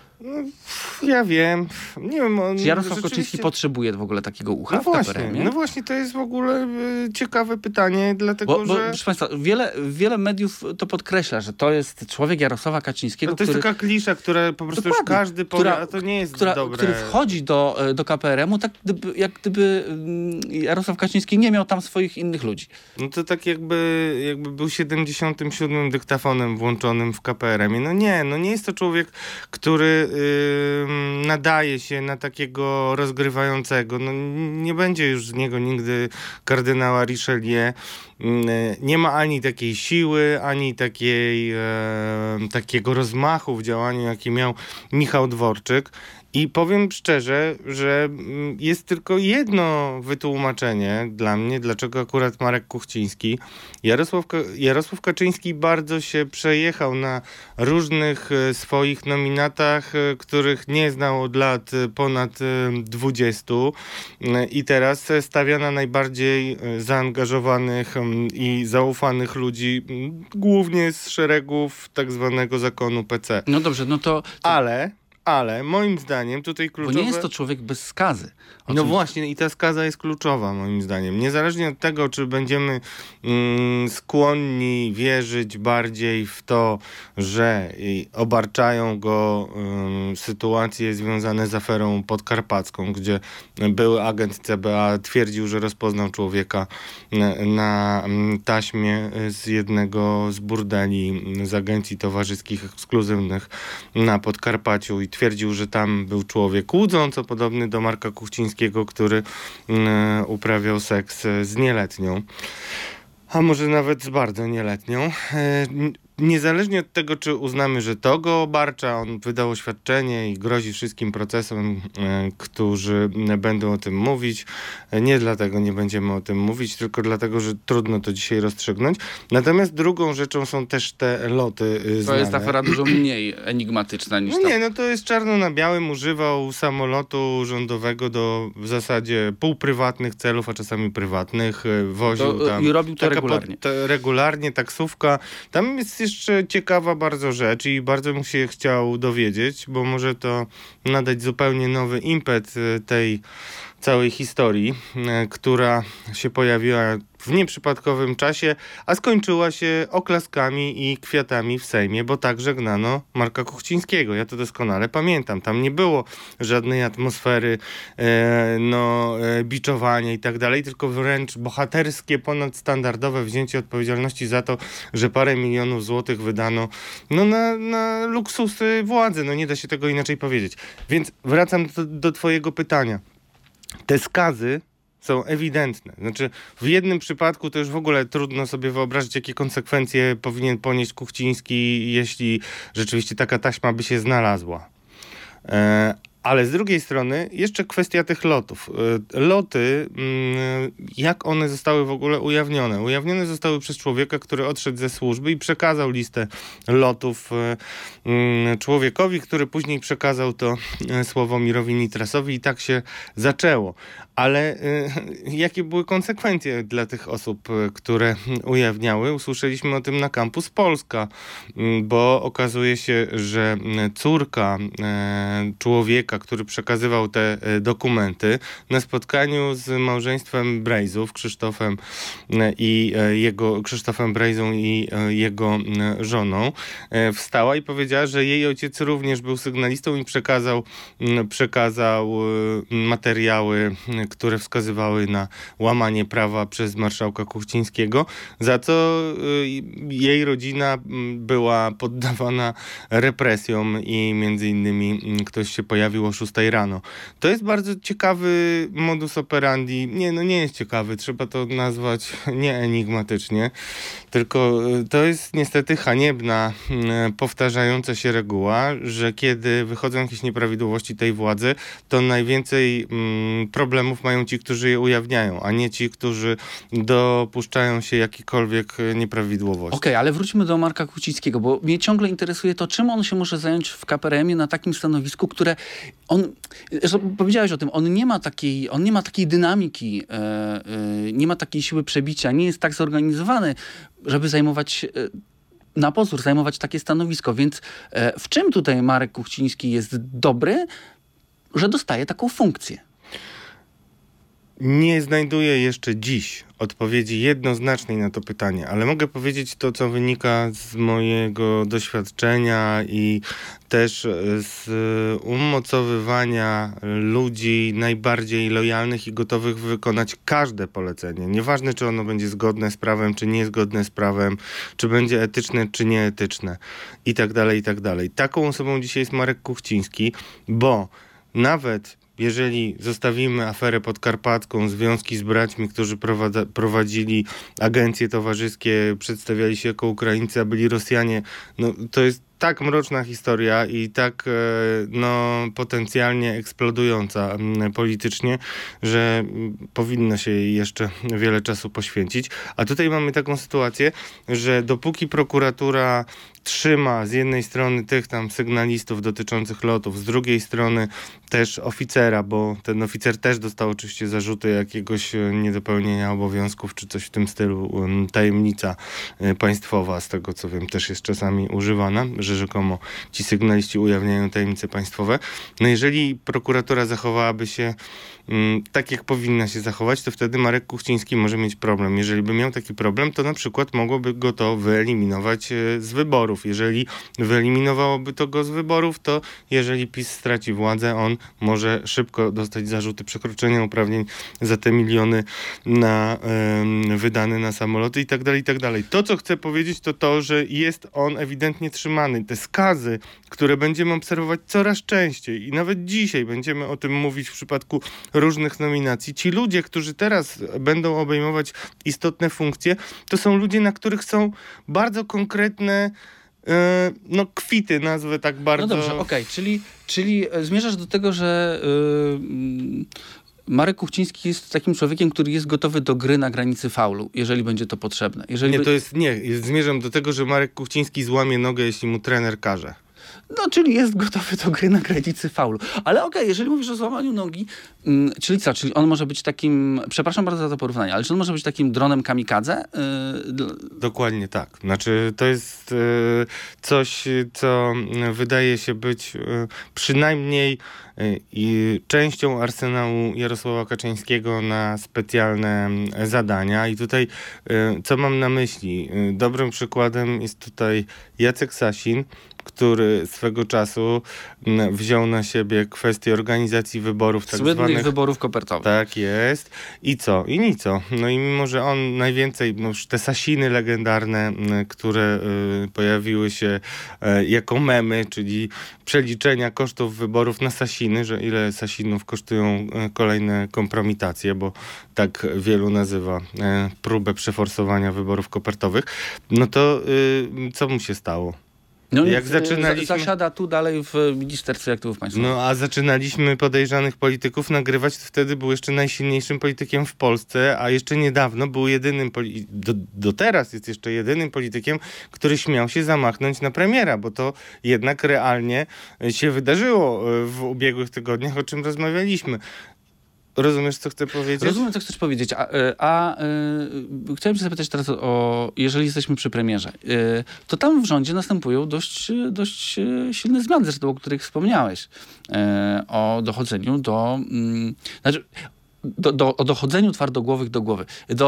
Ja wiem. Nie wiem. Czy Jarosław Kaczyński potrzebuje w ogóle takiego ucha w KPRM-ie? No właśnie, to jest w ogóle ciekawe pytanie, dlatego że... Proszę Państwa, wiele mediów to podkreśla, że to jest człowiek Jarosława Kaczyńskiego, to jest taka klisza, która po prostu już każdy powie, a to nie jest dobre. Który wchodzi do KPRM-u, tak jak gdyby Jarosław Kaczyński nie miał tam swoich innych ludzi. No to tak jakby był 77. dyktafonem włączonym w KPRM-ie. No nie jest to człowiek, który nadaje się na takiego rozgrywającego. No, nie będzie już z niego nigdy kardynała Richelieu. Nie ma ani takiej siły, ani takiego rozmachu w działaniu, jaki miał Michał Dworczyk. I powiem szczerze, że jest tylko jedno wytłumaczenie dla mnie, dlaczego akurat Marek Kuchciński. Jarosław Kaczyński bardzo się przejechał na różnych swoich nominatach, których nie znał od lat ponad 20 i teraz stawia na najbardziej zaangażowanych i zaufanych ludzi, głównie z szeregów tak zwanego zakonu PC. No dobrze, no to... Ale moim zdaniem tutaj kluczowe... Bo nie jest to człowiek bez skazy. No właśnie i ta skaza jest kluczowa moim zdaniem. Niezależnie od tego, czy będziemy skłonni wierzyć bardziej w to, że obarczają go sytuacje związane z aferą podkarpacką, gdzie były agent CBA twierdził, że rozpoznał człowieka na taśmie z jednego z burdeli z agencji towarzyskich ekskluzywnych na Podkarpaciu i twierdził, że tam był człowiek łudząco podobny do Marka Kuchcińskiego, który uprawiał seks z nieletnią. A może nawet z bardzo nieletnią. Niezależnie od tego, czy uznamy, że to go obarcza, on wydał oświadczenie i grozi wszystkim procesom, którzy będą o tym mówić. Nie dlatego nie będziemy o tym mówić, tylko dlatego, że trudno to dzisiaj rozstrzygnąć. Natomiast drugą rzeczą są też te loty To znane. jest afera dużo mniej enigmatyczna niż No ta. nie, no to jest czarno na białym. Używał samolotu rządowego do w zasadzie półprywatnych celów, a czasami prywatnych. Woził tam. I robił to taka regularnie. Regularnie, taksówka. Tam jest jeszcze ciekawa bardzo rzecz i bardzo bym się chciał dowiedzieć, bo może to nadać zupełnie nowy impet tej całej historii, która się pojawiła w nieprzypadkowym czasie, a skończyła się oklaskami i kwiatami w Sejmie, bo tak żegnano Marka Kuchcińskiego. Ja to doskonale pamiętam. Tam nie było żadnej atmosfery biczowania i tak dalej, tylko wręcz bohaterskie, ponadstandardowe wzięcie odpowiedzialności za to, że parę milionów złotych wydano na luksusy władzy. No nie da się tego inaczej powiedzieć. Więc wracam do twojego pytania. Te skazy są ewidentne. Znaczy, w jednym przypadku to już w ogóle trudno sobie wyobrazić, jakie konsekwencje powinien ponieść Kuchciński, jeśli rzeczywiście taka taśma by się znalazła. Ale z drugiej strony jeszcze kwestia tych lotów. Loty, jak one zostały w ogóle ujawnione? Ujawnione zostały przez człowieka, który odszedł ze służby i przekazał listę lotów człowiekowi, który później przekazał to Sławomirowi Nitrasowi i tak się zaczęło. Ale jakie były konsekwencje dla tych osób, które ujawniały? Usłyszeliśmy o tym na Campus Polska, bo okazuje się, że córka człowieka, który przekazywał te dokumenty, na spotkaniu z małżeństwem Brejzów, Krzysztofem Brejzą i jego żoną, wstała i powiedziała, że jej ojciec również był sygnalistą i przekazał materiały, które wskazywały na łamanie prawa przez marszałka Kuchcińskiego, za co jej rodzina była poddawana represjom i między innymi ktoś się pojawił o 6 rano. To jest bardzo ciekawy modus operandi. Nie jest ciekawy, trzeba to nazwać nie enigmatycznie, tylko to jest niestety haniebna, powtarzająca się reguła, że kiedy wychodzą jakieś nieprawidłowości tej władzy, to najwięcej problemów mają ci, którzy je ujawniają, a nie ci, którzy dopuszczają się jakichkolwiek nieprawidłowości. Okej, ale wróćmy do Marka Kuchcińskiego, bo mnie ciągle interesuje to, czym on się może zająć w KPRM-ie na takim stanowisku, które powiedziałeś o tym, on nie ma takiej dynamiki, nie ma takiej siły przebicia, nie jest tak zorganizowany, żeby zajmować takie stanowisko. Więc w czym tutaj Marek Kuchciński jest dobry, że dostaje taką funkcję? Nie znajduję jeszcze dziś odpowiedzi jednoznacznej na to pytanie, ale mogę powiedzieć to, co wynika z mojego doświadczenia i też z umocowywania ludzi najbardziej lojalnych i gotowych wykonać każde polecenie. Nieważne, czy ono będzie zgodne z prawem, czy niezgodne z prawem, czy będzie etyczne, czy nieetyczne i tak dalej, i tak dalej. Taką osobą dzisiaj jest Marek Kuchciński, bo nawet jeżeli zostawimy aferę podkarpacką, związki z braćmi, którzy prowadzili agencje towarzyskie, przedstawiali się jako Ukraińcy, a byli Rosjanie, to jest tak mroczna historia i tak potencjalnie eksplodująca politycznie, że powinno się jej jeszcze wiele czasu poświęcić. A tutaj mamy taką sytuację, że dopóki prokuratura trzyma z jednej strony tych tam sygnalistów dotyczących lotów, z drugiej strony też oficera, bo ten oficer też dostał oczywiście zarzuty jakiegoś niedopełnienia obowiązków, czy coś w tym stylu, tajemnica państwowa, z tego co wiem, też jest czasami używana, że rzekomo ci sygnaliści ujawniają tajemnice państwowe. No jeżeli prokuratura zachowałaby się tak, jak powinna się zachować, to wtedy Marek Kuchciński może mieć problem. Jeżeli by miał taki problem, to na przykład mogłoby go to wyeliminować z wyborów. Jeżeli wyeliminowałoby to go z wyborów, to jeżeli PiS straci władzę, on może szybko dostać zarzuty przekroczenia uprawnień za te miliony wydane na samoloty i tak dalej, i tak dalej. To, co chcę powiedzieć, to, że jest on ewidentnie trzymany. te skazy, które będziemy obserwować coraz częściej i nawet dzisiaj będziemy o tym mówić w przypadku różnych nominacji. Ci ludzie, którzy teraz będą obejmować istotne funkcje, to są ludzie, na których są bardzo konkretne kwity, nazwę tak bardzo... No dobrze, okej, czyli zmierzasz do tego, że Marek Kuchciński jest takim człowiekiem, który jest gotowy do gry na granicy faulu, jeżeli będzie to potrzebne. Zmierzam do tego, że Marek Kuchciński złamie nogę, jeśli mu trener każe. No, czyli jest gotowy do gry na granicy faulu. Ale okej, jeżeli mówisz o złamaniu nogi, czyli co? Czyli on może być takim, przepraszam bardzo za to porównanie, ale czy on może być takim dronem kamikadze? Dokładnie tak. Znaczy, to jest coś, co wydaje się być przynajmniej częścią arsenału Jarosława Kaczyńskiego na specjalne zadania. I tutaj, co mam na myśli? Dobrym przykładem jest tutaj Jacek Sasin, który swego czasu wziął na siebie kwestię organizacji wyborów tak Słynnych zwanych wyborów kopertowych. Tak jest. I co? I nico. No i mimo, że on najwięcej, już te Sasiny legendarne, które pojawiły się jako memy, czyli przeliczenia kosztów wyborów na Sasiny, że ile Sasinów kosztują kolejne kompromitacje, bo tak wielu nazywa próbę przeforsowania wyborów kopertowych, no to co mu się stało? No Jak zaczynaliśmy... Zasiada tu dalej w Ministerstwie Aktywów Państwowych. No a zaczynaliśmy podejrzanych polityków nagrywać, to wtedy był jeszcze najsilniejszym politykiem w Polsce, a jeszcze niedawno był jedynym, do teraz jest jeszcze jedynym politykiem, który śmiał się zamachnąć na premiera, bo to jednak realnie się wydarzyło w ubiegłych tygodniach, o czym rozmawialiśmy. Rozumiesz, co chcę powiedzieć? Rozumiem, co chcesz powiedzieć. Chciałem cię zapytać teraz jeżeli jesteśmy przy premierze, to tam w rządzie następują dość silne zmiany, zresztą o których wspomniałeś. O dochodzeniu o dochodzeniu twardogłowych do głowy.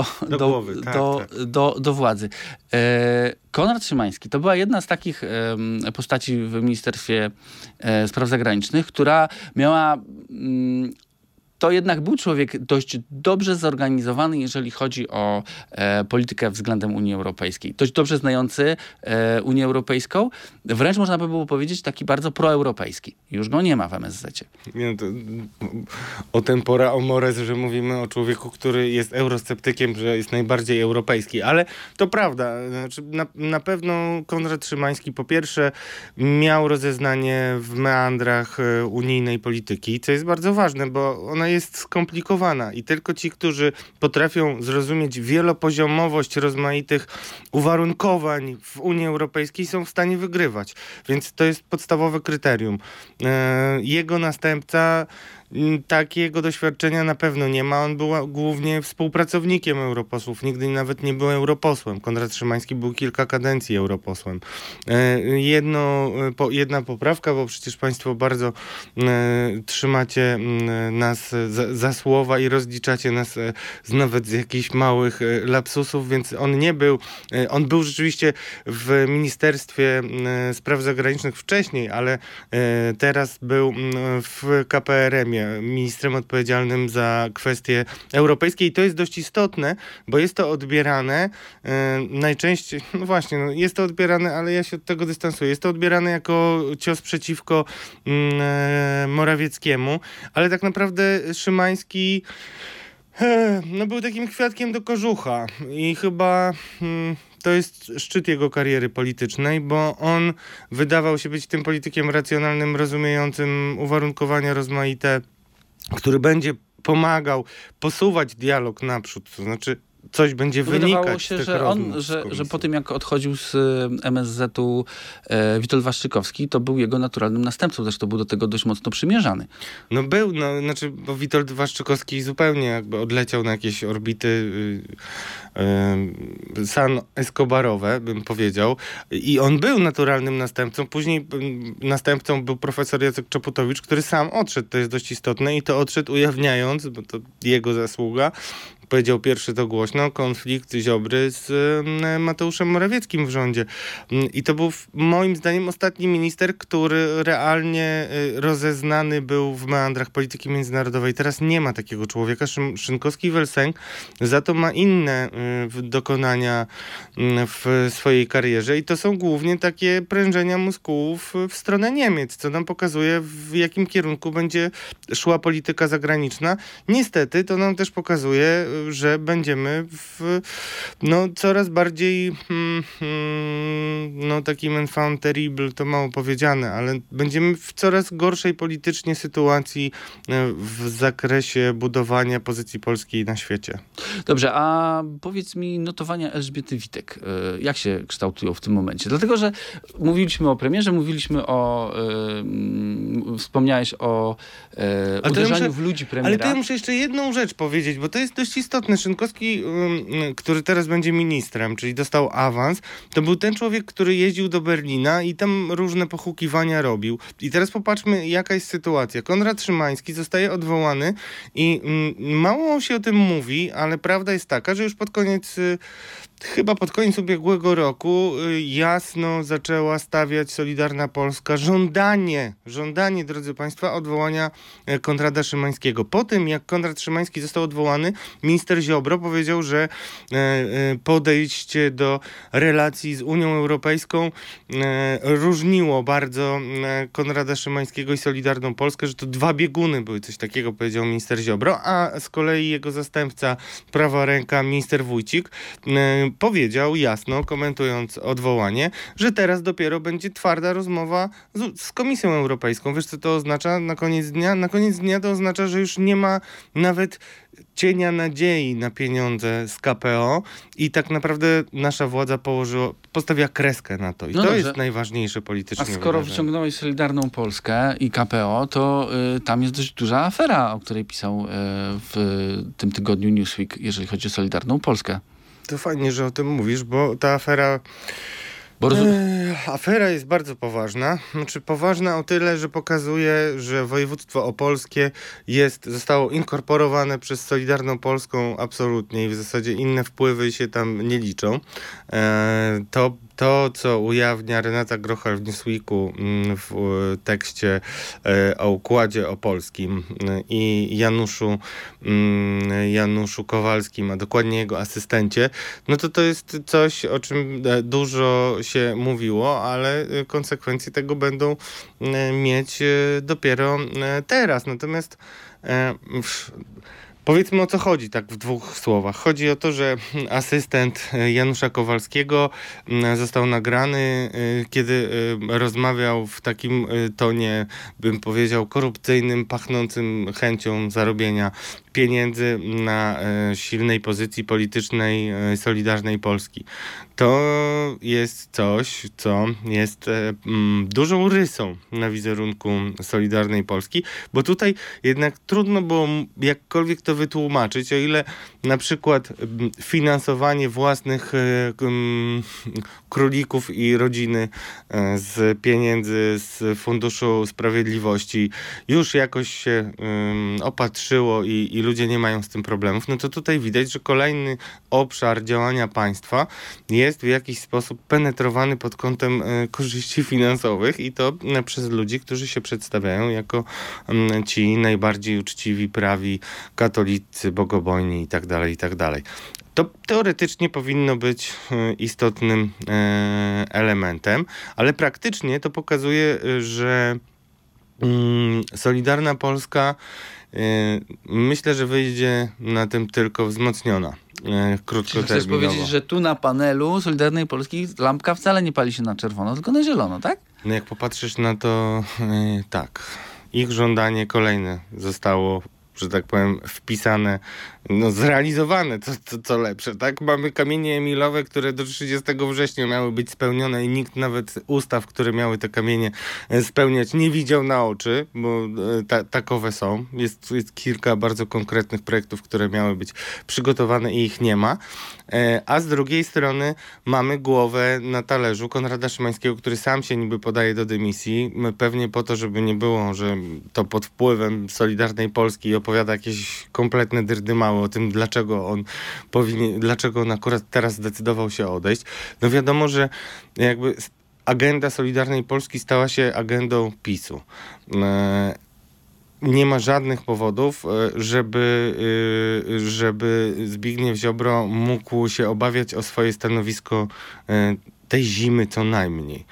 Do władzy. Konrad Szymański to była jedna z takich postaci w Ministerstwie Spraw Zagranicznych, która miała... To jednak był człowiek dość dobrze zorganizowany, jeżeli chodzi o politykę względem Unii Europejskiej. Dość dobrze znający Unię Europejską. Wręcz można by było powiedzieć taki bardzo proeuropejski. Już go nie ma w MSZ-cie. Nie, to, o tempora, o mores, że mówimy o człowieku, który jest eurosceptykiem, że jest najbardziej europejski. Ale to prawda. Znaczy, na pewno Konrad Szymański po pierwsze miał rozeznanie w meandrach unijnej polityki, co jest bardzo ważne, bo ona jest skomplikowana i tylko ci, którzy potrafią zrozumieć wielopoziomowość rozmaitych uwarunkowań w Unii Europejskiej, są w stanie wygrywać. Więc to jest podstawowe kryterium. Jego następca takiego doświadczenia na pewno nie ma. On był głównie współpracownikiem europosłów. Nigdy nawet nie był europosłem. Konrad Szymański był kilka kadencji europosłem. Jedna poprawka, bo przecież państwo bardzo trzymacie nas za słowa i rozliczacie nas nawet z jakichś małych lapsusów, więc on nie był. On był rzeczywiście w Ministerstwie Spraw Zagranicznych wcześniej, ale teraz był w KPRM-ie ministrem odpowiedzialnym za kwestie europejskie i to jest dość istotne, bo jest to odbierane najczęściej, jest to odbierane, ale ja się od tego dystansuję, jest to odbierane jako cios przeciwko Morawieckiemu, ale tak naprawdę Szymański był takim kwiatkiem do kożucha i chyba to jest szczyt jego kariery politycznej, bo on wydawał się być tym politykiem racjonalnym, rozumiejącym uwarunkowania rozmaite, który będzie pomagał posuwać dialog naprzód, to znaczy coś będzie wynikać. Wydawało się, że po tym jak odchodził z MSZ-u Witold Waszczykowski, to był jego naturalnym następcą, zresztą był do tego dość mocno przymierzany. Bo Witold Waszczykowski zupełnie jakby odleciał na jakieś orbity San Escobarowe, bym powiedział. I on był naturalnym następcą. Później następcą był profesor Jacek Czaputowicz, który sam odszedł, to jest dość istotne, i to odszedł ujawniając, bo to jego zasługa, powiedział pierwszy to głośno, konflikt Ziobry z Mateuszem Morawieckim w rządzie. I to był moim zdaniem ostatni minister, który realnie rozeznany był w meandrach polityki międzynarodowej. Teraz nie ma takiego człowieka. Szynkowski-Welsenk za to ma inne dokonania w swojej karierze i to są głównie takie prężenia muskułów w stronę Niemiec, co nam pokazuje, w jakim kierunku będzie szła polityka zagraniczna. Niestety to nam też pokazuje, że będziemy w coraz bardziej takim enfant terrible, to mało powiedziane, ale będziemy w coraz gorszej politycznie sytuacji w zakresie budowania pozycji Polski na świecie. Dobrze, a powiedz mi notowania Elżbiety Witek. Jak się kształtują w tym momencie? Dlatego, że mówiliśmy o premierze, mówiliśmy wspomniałeś o uderzaniu w ludzi premiera. Ale to ja muszę jeszcze jedną rzecz powiedzieć, bo to jest dość istotne. Szynkowski, który teraz będzie ministrem, czyli dostał awans, to był ten człowiek, który jeździł do Berlina i tam różne pochukiwania robił. I teraz popatrzmy, jaka jest sytuacja. Konrad Szymański zostaje odwołany i mało się o tym mówi, ale prawda jest taka, że już chyba pod koniec ubiegłego roku jasno zaczęła stawiać Solidarna Polska żądanie, drodzy Państwa, odwołania Konrada Szymańskiego. Po tym, jak Konrad Szymański został odwołany, minister Ziobro powiedział, że podejście do relacji z Unią Europejską różniło bardzo Konrada Szymańskiego i Solidarną Polskę, że to dwa bieguny były, coś takiego powiedział minister Ziobro, a z kolei jego zastępca, prawa ręka, minister Wójcik, powiedział jasno, komentując odwołanie, że teraz dopiero będzie twarda rozmowa z Komisją Europejską. Wiesz, co to oznacza na koniec dnia? Na koniec dnia to oznacza, że już nie ma nawet cienia nadziei na pieniądze z KPO i tak naprawdę nasza władza postawiła kreskę na to. I to jest najważniejsze politycznie. A skoro wyciągnąłeś Solidarną Polskę i KPO, to tam jest dość duża afera, o której pisał w tym tygodniu Newsweek, jeżeli chodzi o Solidarną Polskę. To fajnie, że o tym mówisz, bo ta afera... Afera jest bardzo poważna. Znaczy poważna o tyle, że pokazuje, że województwo opolskie zostało inkorporowane przez Solidarną Polską absolutnie i w zasadzie inne wpływy się tam nie liczą. To, co ujawnia Renata Grochal w Newsweeku w tekście o Układzie Opolskim i Januszu Kowalskim, a dokładnie jego asystencie, no to jest coś, o czym dużo się mówiło, ale konsekwencje tego będą mieć dopiero teraz. Natomiast powiedzmy, o co chodzi, tak w dwóch słowach. Chodzi o to, że asystent Janusza Kowalskiego został nagrany, kiedy rozmawiał w takim tonie, bym powiedział, korupcyjnym, pachnącym chęcią zarobienia pieniędzy na silnej pozycji politycznej Solidarnej Polski. To jest coś, co jest dużą rysą na wizerunku Solidarnej Polski, bo tutaj jednak trudno było jakkolwiek to wytłumaczyć, o ile na przykład finansowanie własnych królików i rodziny z pieniędzy z Funduszu Sprawiedliwości już jakoś się opatrzyło i ludzie nie mają z tym problemów, no to tutaj widać, że kolejny obszar działania państwa jest w jakiś sposób penetrowany pod kątem korzyści finansowych i to przez ludzi, którzy się przedstawiają jako ci najbardziej uczciwi, prawi, katolicy, bogobojni itd., itd. To teoretycznie powinno być istotnym elementem, ale praktycznie to pokazuje, że Solidarna Polska myślę, że wyjdzie na tym tylko wzmocniona. Krótkoterminowo. Chcesz powiedzieć, że tu na panelu Solidarnej Polski lampka wcale nie pali się na czerwono, tylko na zielono, tak? No jak popatrzysz na to, tak. Ich żądanie kolejne zostało, że tak powiem, wpisane, zrealizowane, co lepsze, tak? Mamy kamienie emilowe, które do 30 września miały być spełnione i nikt nawet ustaw, które miały te kamienie spełniać, nie widział na oczy, bo takowe są. Jest kilka bardzo konkretnych projektów, które miały być przygotowane i ich nie ma. A z drugiej strony mamy głowę na talerzu Konrada Szymańskiego, który sam się niby podaje do dymisji, pewnie po to, żeby nie było, że to pod wpływem Solidarnej Polski opowiada jakieś kompletne dyrdymały, informowały o tym, dlaczego on akurat teraz zdecydował się odejść. No wiadomo, że jakby agenda Solidarnej Polski stała się agendą PiS-u. Nie ma żadnych powodów, żeby Zbigniew Ziobro mógł się obawiać o swoje stanowisko tej zimy co najmniej.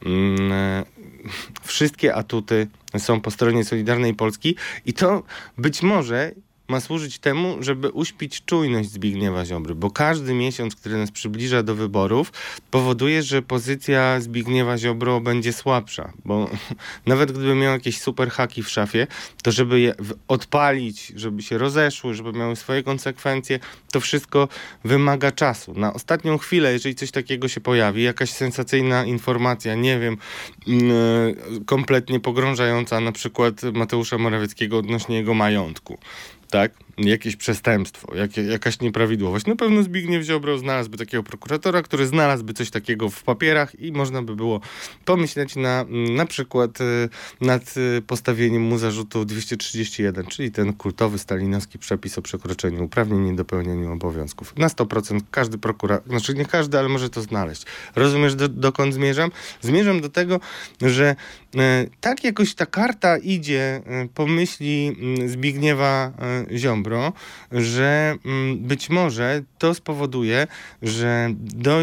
Wszystkie atuty są po stronie Solidarnej Polski i to być może ma służyć temu, żeby uśpić czujność Zbigniewa Ziobry, bo każdy miesiąc, który nas przybliża do wyborów, powoduje, że pozycja Zbigniewa Ziobro będzie słabsza, bo nawet gdyby miał jakieś super haki w szafie, to żeby je odpalić, żeby się rozeszły, żeby miały swoje konsekwencje, to wszystko wymaga czasu. Na ostatnią chwilę, jeżeli coś takiego się pojawi, jakaś sensacyjna informacja, nie wiem, kompletnie pogrążająca na przykład Mateusza Morawieckiego odnośnie jego majątku, tak? Jakieś przestępstwo, jakaś nieprawidłowość. Na pewno Zbigniew Ziobro znalazłby takiego prokuratora, który znalazłby coś takiego w papierach i można by było pomyśleć na przykład nad postawieniem mu zarzutu 231, czyli ten kultowy stalinowski przepis o przekroczeniu uprawnień i dopełnieniu obowiązków. Na 100% każdy prokurator, znaczy nie każdy, ale może to znaleźć. Rozumiesz, dokąd zmierzam? Zmierzam do tego, że tak jakoś ta karta idzie po myśli Zbigniewa Ziobro, że być może to spowoduje, że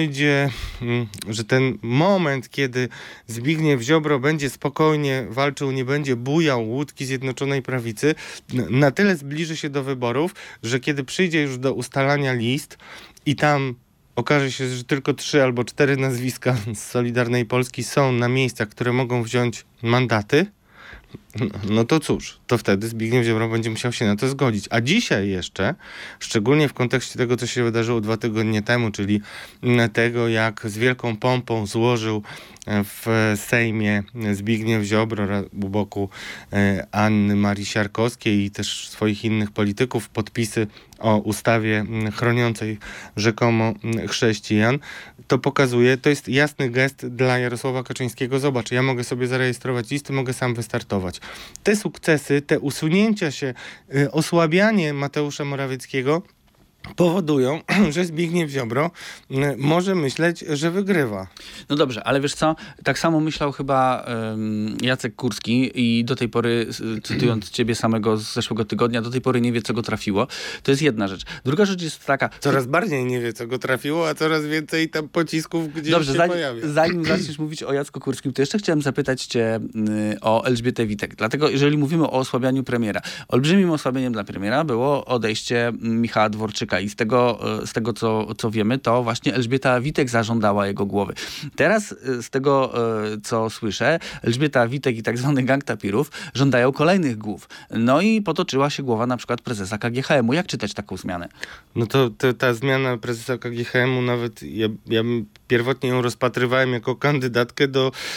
że ten moment, kiedy Zbigniew Ziobro będzie spokojnie walczył, nie będzie bujał łódki Zjednoczonej Prawicy, na tyle zbliży się do wyborów, że kiedy przyjdzie już do ustalania list i tam okaże się, że tylko 3 albo 4 nazwiska z Solidarnej Polski są na miejscach, które mogą wziąć mandaty, no to cóż, to wtedy Zbigniew Ziobro będzie musiał się na to zgodzić. A dzisiaj jeszcze, szczególnie w kontekście tego, co się wydarzyło 2 tygodnie temu, czyli tego, jak z wielką pompą złożył w Sejmie Zbigniew Ziobro u boku Anny Marii Siarkowskiej i też swoich innych polityków podpisy o ustawie chroniącej rzekomo chrześcijan, to pokazuje, to jest jasny gest dla Jarosława Kaczyńskiego. Zobacz, ja mogę sobie zarejestrować listy, mogę sam wystartować. Te sukcesy, te usunięcia się, osłabianie Mateusza Morawieckiego powodują, że Zbigniew Ziobro może myśleć, że wygrywa. No dobrze, ale wiesz co, tak samo myślał chyba Jacek Kurski i do tej pory, cytując ciebie samego z zeszłego tygodnia, do tej pory nie wie, co go trafiło. To jest jedna rzecz. Druga rzecz jest taka... Coraz bardziej nie wie, co go trafiło, a coraz więcej tam pocisków gdzieś dobrze, się pojawia. Zanim zaczniesz mówić o Jacku Kurskim, to jeszcze chciałem zapytać cię o Elżbietę Witek. Dlatego, jeżeli mówimy o osłabianiu premiera, olbrzymim osłabieniem dla premiera było odejście Michała Dworczyka i z tego co wiemy, to właśnie Elżbieta Witek zażądała jego głowy. Teraz z tego, co słyszę, Elżbieta Witek i tak zwany gang tapirów żądają kolejnych głów. No i potoczyła się głowa na przykład prezesa KGHM-u. Jak czytać taką zmianę? No to ta zmiana prezesa KGHM-u, nawet ja pierwotnie ją rozpatrywałem jako kandydatkę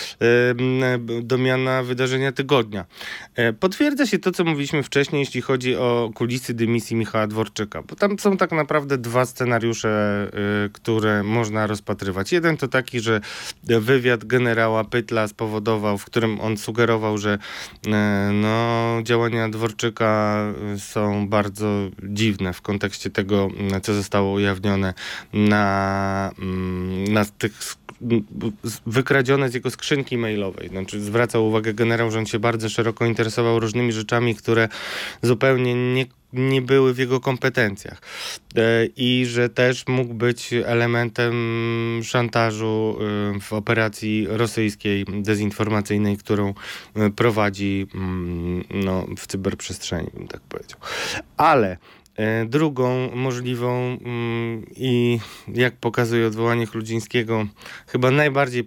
do miana wydarzenia tygodnia. Potwierdza się to, co mówiliśmy wcześniej, jeśli chodzi o kulisy dymisji Michała Dworczyka, bo tam są tak naprawdę 2 scenariusze, które można rozpatrywać. Jeden to taki, że wywiad generała Pytla spowodował, w którym on sugerował, że działania Dworczyka są bardzo dziwne w kontekście tego, co zostało ujawnione na tych wykradzione z jego skrzynki mailowej. Znaczy zwracał uwagę generał, że on się bardzo szeroko interesował różnymi rzeczami, które zupełnie nie były w jego kompetencjach. I że też mógł być elementem szantażu w operacji rosyjskiej, dezinformacyjnej, którą prowadzi w cyberprzestrzeni, bym tak powiedział. Ale drugą możliwą i jak pokazuje odwołanie Chludzińskiego, chyba najbardziej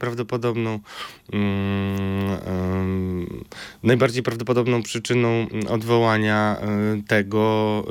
prawdopodobną przyczyną odwołania tego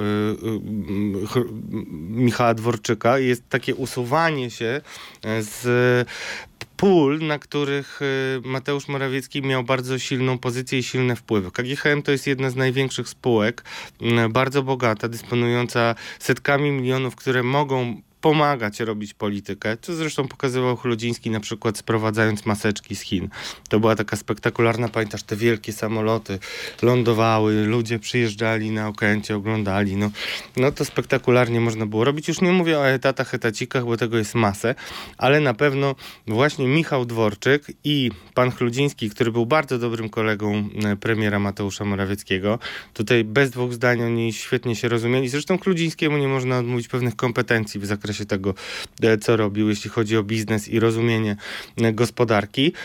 Michała Dworczyka jest takie usuwanie się z pól, na których Mateusz Morawiecki miał bardzo silną pozycję i silne wpływy. KGHM to jest jedna z największych spółek, bardzo bogata, dysponująca setkami milionów, które mogą pomagać robić politykę, co zresztą pokazywał Chludziński na przykład sprowadzając maseczki z Chin. To była taka spektakularna, pamiętasz, te wielkie samoloty lądowały, ludzie przyjeżdżali na Okęcie, oglądali, no to spektakularnie można było robić. Już nie mówię o etatach, etacikach, bo tego jest masę, ale na pewno właśnie Michał Dworczyk i pan Chludziński, który był bardzo dobrym kolegą premiera Mateusza Morawieckiego, tutaj bez dwóch zdań oni świetnie się rozumieli. Zresztą Chludzińskiemu nie można odmówić pewnych kompetencji w zakresie tego, co robił, jeśli chodzi o biznes i rozumienie gospodarki.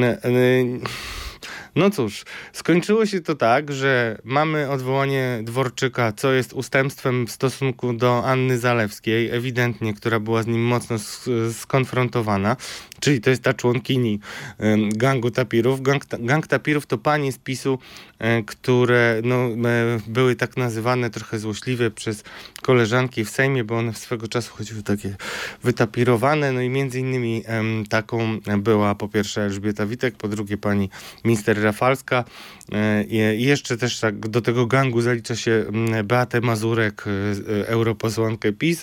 No cóż, skończyło się to tak, że mamy odwołanie Dworczyka, co jest ustępstwem w stosunku do Anny Zalewskiej, ewidentnie, która była z nim mocno skonfrontowana, czyli to jest ta członkini gangu tapirów. Gang tapirów to panie z PiS-u, które były tak nazywane trochę złośliwie przez koleżanki w Sejmie, bo one swego czasu chodziły takie wytapirowane, no i między innymi taką była po pierwsze Elżbieta Witek, po drugie pani minister Rafalska. I jeszcze też tak do tego gangu zalicza się Beatę Mazurek, europosłankę PiS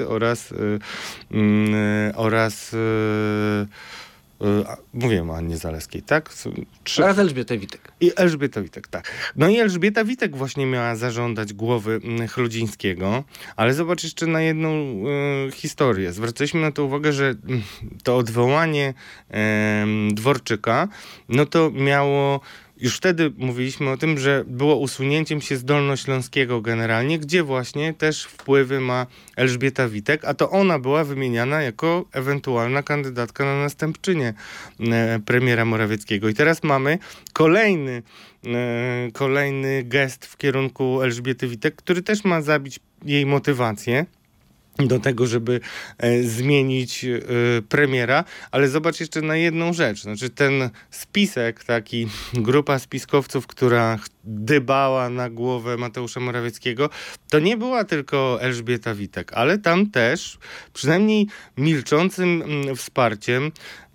oraz mówiłem o Annie Zalewskiej, tak? Oraz Elżbietę Witek. I Elżbieta Witek, tak. No i Elżbieta Witek właśnie miała zażądać głowy Chludzińskiego, ale zobacz jeszcze na jedną historię. Zwracaliśmy na to uwagę, że to odwołanie Dworczyka, no to miało... Już wtedy mówiliśmy o tym, że było usunięciem się z Dolnośląskiego generalnie, gdzie właśnie też wpływy ma Elżbieta Witek, a to ona była wymieniana jako ewentualna kandydatka na następczynię premiera Morawieckiego. I teraz mamy kolejny gest w kierunku Elżbiety Witek, który też ma zabić jej motywację do tego, żeby zmienić premiera, ale zobacz jeszcze na jedną rzecz. Znaczy ten spisek, taki grupa spiskowców, która dybała na głowę Mateusza Morawieckiego, to nie była tylko Elżbieta Witek, ale tam też przynajmniej milczącym wsparciem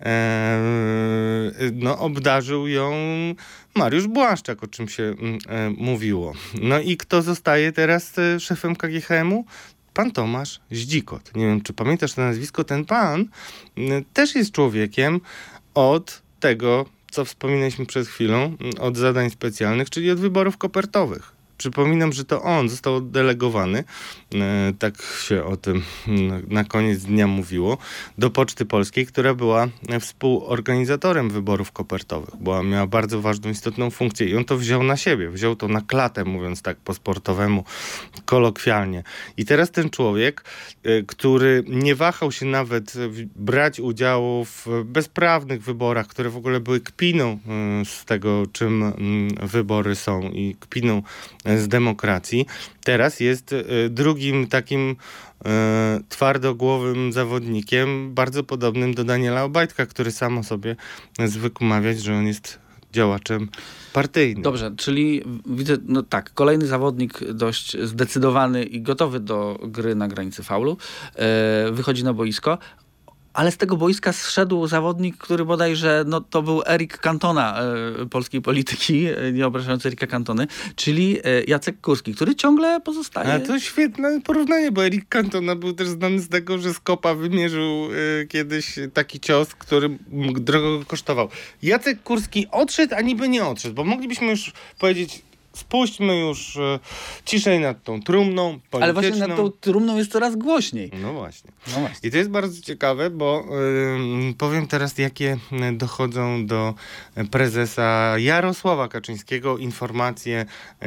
obdarzył ją Mariusz Błaszczak, o czym się mówiło. No i kto zostaje teraz szefem KGHM-u? Pan Tomasz Zdzikot. Nie wiem, czy pamiętasz to nazwisko. Ten pan też jest człowiekiem od tego, co wspominaliśmy przed chwilą, od zadań specjalnych, czyli od wyborów kopertowych. Przypominam, że to on został oddelegowany, tak się o tym na koniec dnia mówiło, do Poczty Polskiej, która była współorganizatorem wyborów kopertowych. Miała bardzo ważną, istotną funkcję i on to wziął na siebie. Wziął to na klatę, mówiąc tak po sportowemu, kolokwialnie. I teraz ten człowiek, który nie wahał się nawet brać udziału w bezprawnych wyborach, które w ogóle były kpiną z tego, czym wybory są i kpiną z demokracji. Teraz jest drugim takim twardogłowym zawodnikiem, bardzo podobnym do Daniela Obajtka, który sam o sobie zwykł mawiać, że on jest działaczem partyjnym. Dobrze, czyli widzę, kolejny zawodnik dość zdecydowany i gotowy do gry na granicy faulu. Wychodzi na boisko. Ale z tego boiska zszedł zawodnik, który bodajże to był Erik Cantona polskiej polityki, nie obrażając Erika Cantony, czyli Jacek Kurski, który ciągle pozostaje. A to świetne porównanie, bo Erik Cantona był też znany z tego, że z kopa wymierzył kiedyś taki cios, który drogo go kosztował. Jacek Kurski odszedł, a niby nie odszedł, bo moglibyśmy już powiedzieć, spuśćmy już ciszej nad tą trumną polityczną. Ale właśnie nad tą trumną jest coraz głośniej. No właśnie. I to jest bardzo ciekawe, bo powiem teraz, jakie dochodzą do prezesa Jarosława Kaczyńskiego informacje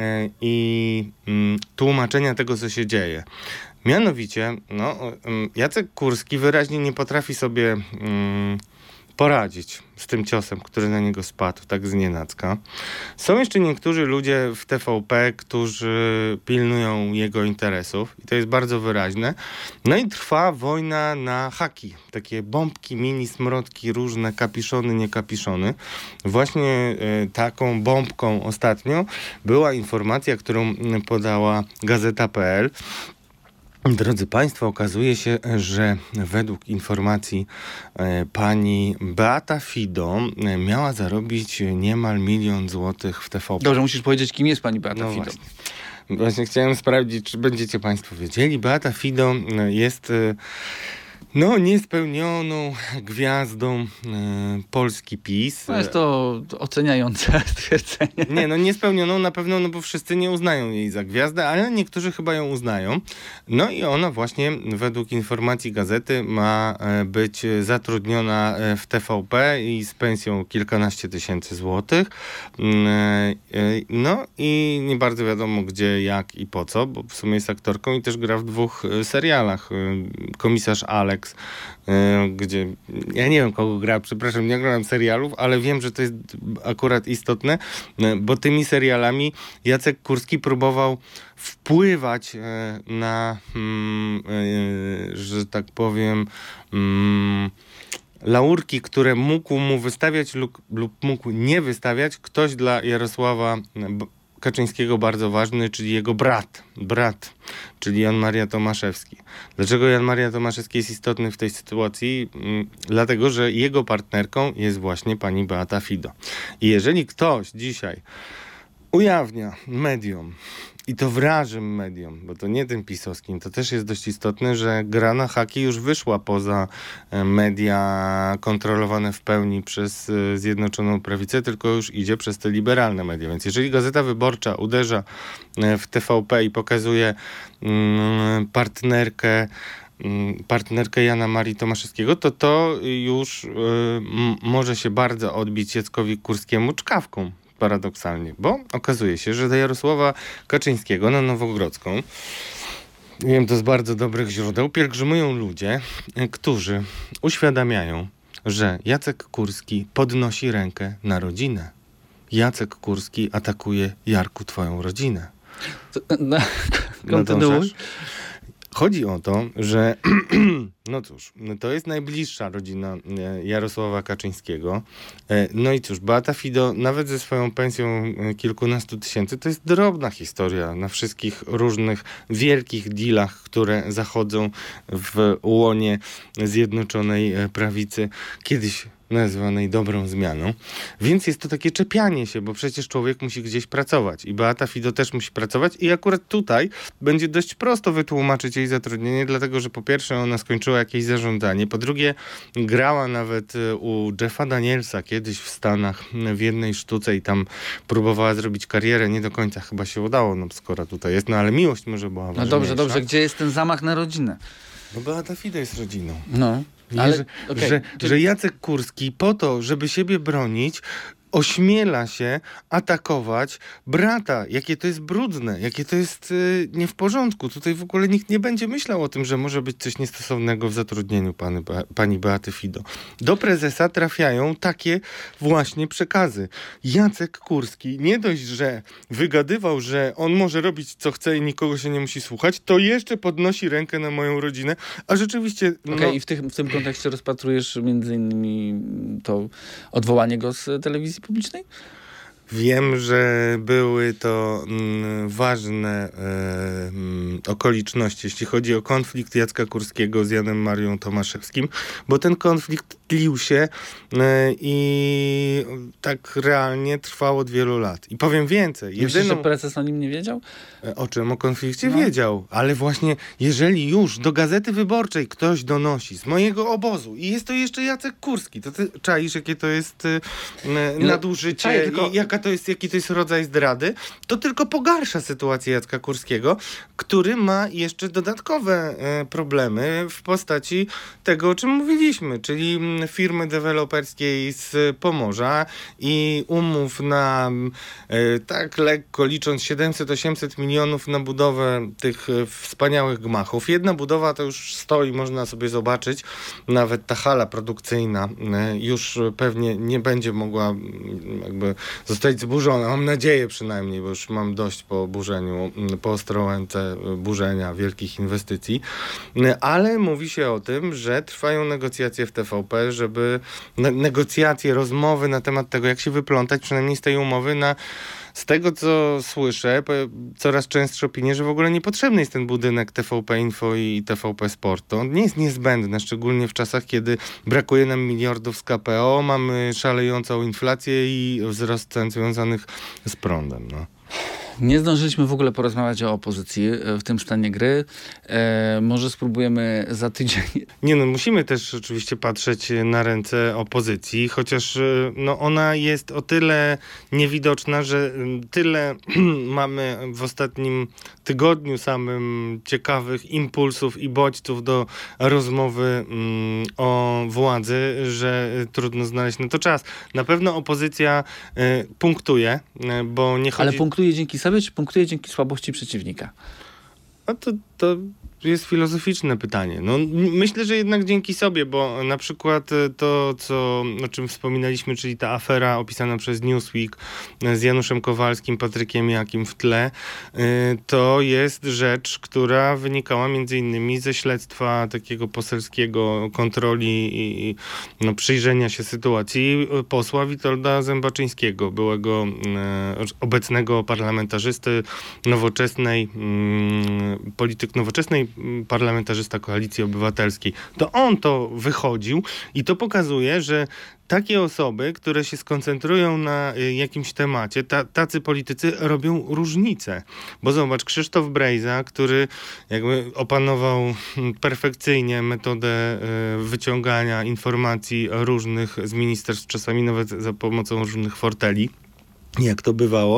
i tłumaczenia tego, co się dzieje. Mianowicie, Jacek Kurski wyraźnie nie potrafi sobie poradzić z tym ciosem, który na niego spadł tak znienacka. Są jeszcze niektórzy ludzie w TVP, którzy pilnują jego interesów i to jest bardzo wyraźne. No i trwa wojna na haki. Takie bombki, mini smrodki, różne kapiszony, niekapiszony. Właśnie taką bombką ostatnio była informacja, którą podała Gazeta.pl. Drodzy Państwo, okazuje się, że według informacji pani Beata Fido miała zarobić niemal 1 000 000 złotych w TVP. Dobrze, musisz powiedzieć, kim jest pani Beata Fido. Właśnie chciałem sprawdzić, czy będziecie Państwo wiedzieli. Beata Fido jest No, niespełnioną gwiazdą polski PiS. No jest to oceniające stwierdzenie. Nie, no niespełnioną na pewno, no bo wszyscy nie uznają jej za gwiazdę, ale niektórzy chyba ją uznają. No i ona właśnie według informacji gazety ma być zatrudniona w TVP i z pensją kilkanaście tysięcy złotych. No i nie bardzo wiadomo gdzie, jak i po co, bo w sumie jest aktorką i też gra w 2 serialach. Komisarz Alex, gdzie ja nie wiem kogo gra, przepraszam, nie oglądam serialów, ale wiem, że to jest akurat istotne, bo tymi serialami Jacek Kurski próbował wpływać na, że tak powiem, laurki, które mógł mu wystawiać lub mógł nie wystawiać ktoś dla Jarosława Kaczyńskiego bardzo ważny, czyli jego brat, czyli Jan Maria Tomaszewski. Dlaczego Jan Maria Tomaszewski jest istotny w tej sytuacji? Dlatego, że jego partnerką jest właśnie pani Beata Fido. I jeżeli ktoś dzisiaj ujawnia mediom, i to wrażym mediom, bo to nie tym pisowskim, to też jest dość istotne, że gra na haki już wyszła poza media kontrolowane w pełni przez Zjednoczoną Prawicę, tylko już idzie przez te liberalne media. Więc jeżeli Gazeta Wyborcza uderza w TVP i pokazuje partnerkę Jana Marii Tomaszewskiego, to już może się bardzo odbić Jackowi Kurskiemu czkawką. Paradoksalnie, bo okazuje się, że do Jarosława Kaczyńskiego na Nowogrodzką, wiem to z bardzo dobrych źródeł, pielgrzymują ludzie, którzy uświadamiają, że Jacek Kurski podnosi rękę na rodzinę. Jacek Kurski atakuje, Jarku, twoją rodzinę. Kontynuuj. Chodzi o to, że no cóż, to jest najbliższa rodzina Jarosława Kaczyńskiego. No i cóż, Beata Fido nawet ze swoją pensją kilkunastu tysięcy to jest drobna historia na wszystkich różnych wielkich dealach, które zachodzą w łonie Zjednoczonej Prawicy. Kiedyś nazwanej dobrą zmianą. Więc jest to takie czepianie się, bo przecież człowiek musi gdzieś pracować i Beata Fido też musi pracować i akurat tutaj będzie dość prosto wytłumaczyć jej zatrudnienie, dlatego że po pierwsze ona skończyła jakieś zarządzanie, po drugie grała nawet u Jeffa Danielsa kiedyś w Stanach w jednej sztuce i tam próbowała zrobić karierę, nie do końca chyba się udało, no skoro tutaj jest, no ale miłość może była ważniejsza. No dobrze, gdzie jest ten zamach na rodzinę? No Beata Fido jest rodziną. No. Ale, że Jacek Kurski po to, żeby siebie bronić, ośmiela się atakować brata. Jakie to jest brudne, jakie to jest nie w porządku. Tutaj w ogóle nikt nie będzie myślał o tym, że może być coś niestosownego w zatrudnieniu pani Beaty Fido. Do prezesa trafiają takie właśnie przekazy. Jacek Kurski nie dość, że wygadywał, że on może robić co chce i nikogo się nie musi słuchać, to jeszcze podnosi rękę na moją rodzinę, a rzeczywiście... I w tym kontekście rozpatrujesz między innymi to odwołanie go z telewizji publicznej? Wiem, że były to ważne okoliczności, jeśli chodzi o konflikt Jacka Kurskiego z Janem Marią Tomaszewskim, bo ten konflikt tlił się i tak realnie trwał od wielu lat. I powiem więcej. Myślisz, że prezes o nim nie wiedział? O czym? O konflikcie wiedział. Ale właśnie jeżeli już do Gazety Wyborczej ktoś donosi z mojego obozu i jest to jeszcze Jacek Kurski, to ty czaisz, jakie to jest nadużycie i jaki to jest rodzaj zdrady, to tylko pogarsza sytuację Jacka Kurskiego, który ma jeszcze dodatkowe problemy w postaci tego, o czym mówiliśmy, czyli firmy deweloperskiej z Pomorza i umów na tak lekko licząc 700-800 milionów na budowę tych wspaniałych gmachów. Jedna budowa to już stoi, można sobie zobaczyć, nawet ta hala produkcyjna już pewnie nie będzie mogła jakby zostać zburzona. Mam nadzieję przynajmniej, bo już mam dość po burzeniu, po Ostrołęce burzenia wielkich inwestycji. Ale mówi się o tym, że trwają negocjacje w TVP, żeby negocjacje, rozmowy na temat tego, jak się wyplątać przynajmniej z tej umowy z tego, co słyszę, coraz częstsze opinie, że w ogóle niepotrzebny jest ten budynek TVP Info i TVP Sport. To on nie jest niezbędny, szczególnie w czasach, kiedy brakuje nam miliardów z KPO, mamy szalejącą inflację i wzrost cen związanych z prądem. No. Nie zdążyliśmy w ogóle porozmawiać o opozycji w tym stanie gry. Może spróbujemy za tydzień. Nie no, musimy też oczywiście patrzeć na ręce opozycji, chociaż no, ona jest o tyle niewidoczna, że tyle mamy w ostatnim tygodniu samym ciekawych impulsów i bodźców do rozmowy o władzy, że trudno znaleźć na to czas. Na pewno opozycja punktuje, bo nie chodzi... Ale punktuje dzięki sobie, czy punktuje dzięki słabości przeciwnika? A to jest filozoficzne pytanie. No, myślę, że jednak dzięki sobie, bo na przykład to, o czym wspominaliśmy, czyli ta afera opisana przez Newsweek z Januszem Kowalskim, Patrykiem Jakim w tle, to jest rzecz, która wynikała między innymi ze śledztwa takiego poselskiego, kontroli i przyjrzenia się sytuacji posła Witolda Zębaczyńskiego, byłego obecnego parlamentarzysty Nowoczesnej, polityk Nowoczesnej, parlamentarzysta Koalicji Obywatelskiej. To on to wychodził i to pokazuje, że takie osoby, które się skoncentrują na jakimś temacie, tacy politycy robią różnicę. Bo zobacz, Krzysztof Brejza, który jakby opanował perfekcyjnie metodę wyciągania informacji różnych z ministerstw, czasami nawet za pomocą różnych forteli, jak to bywało.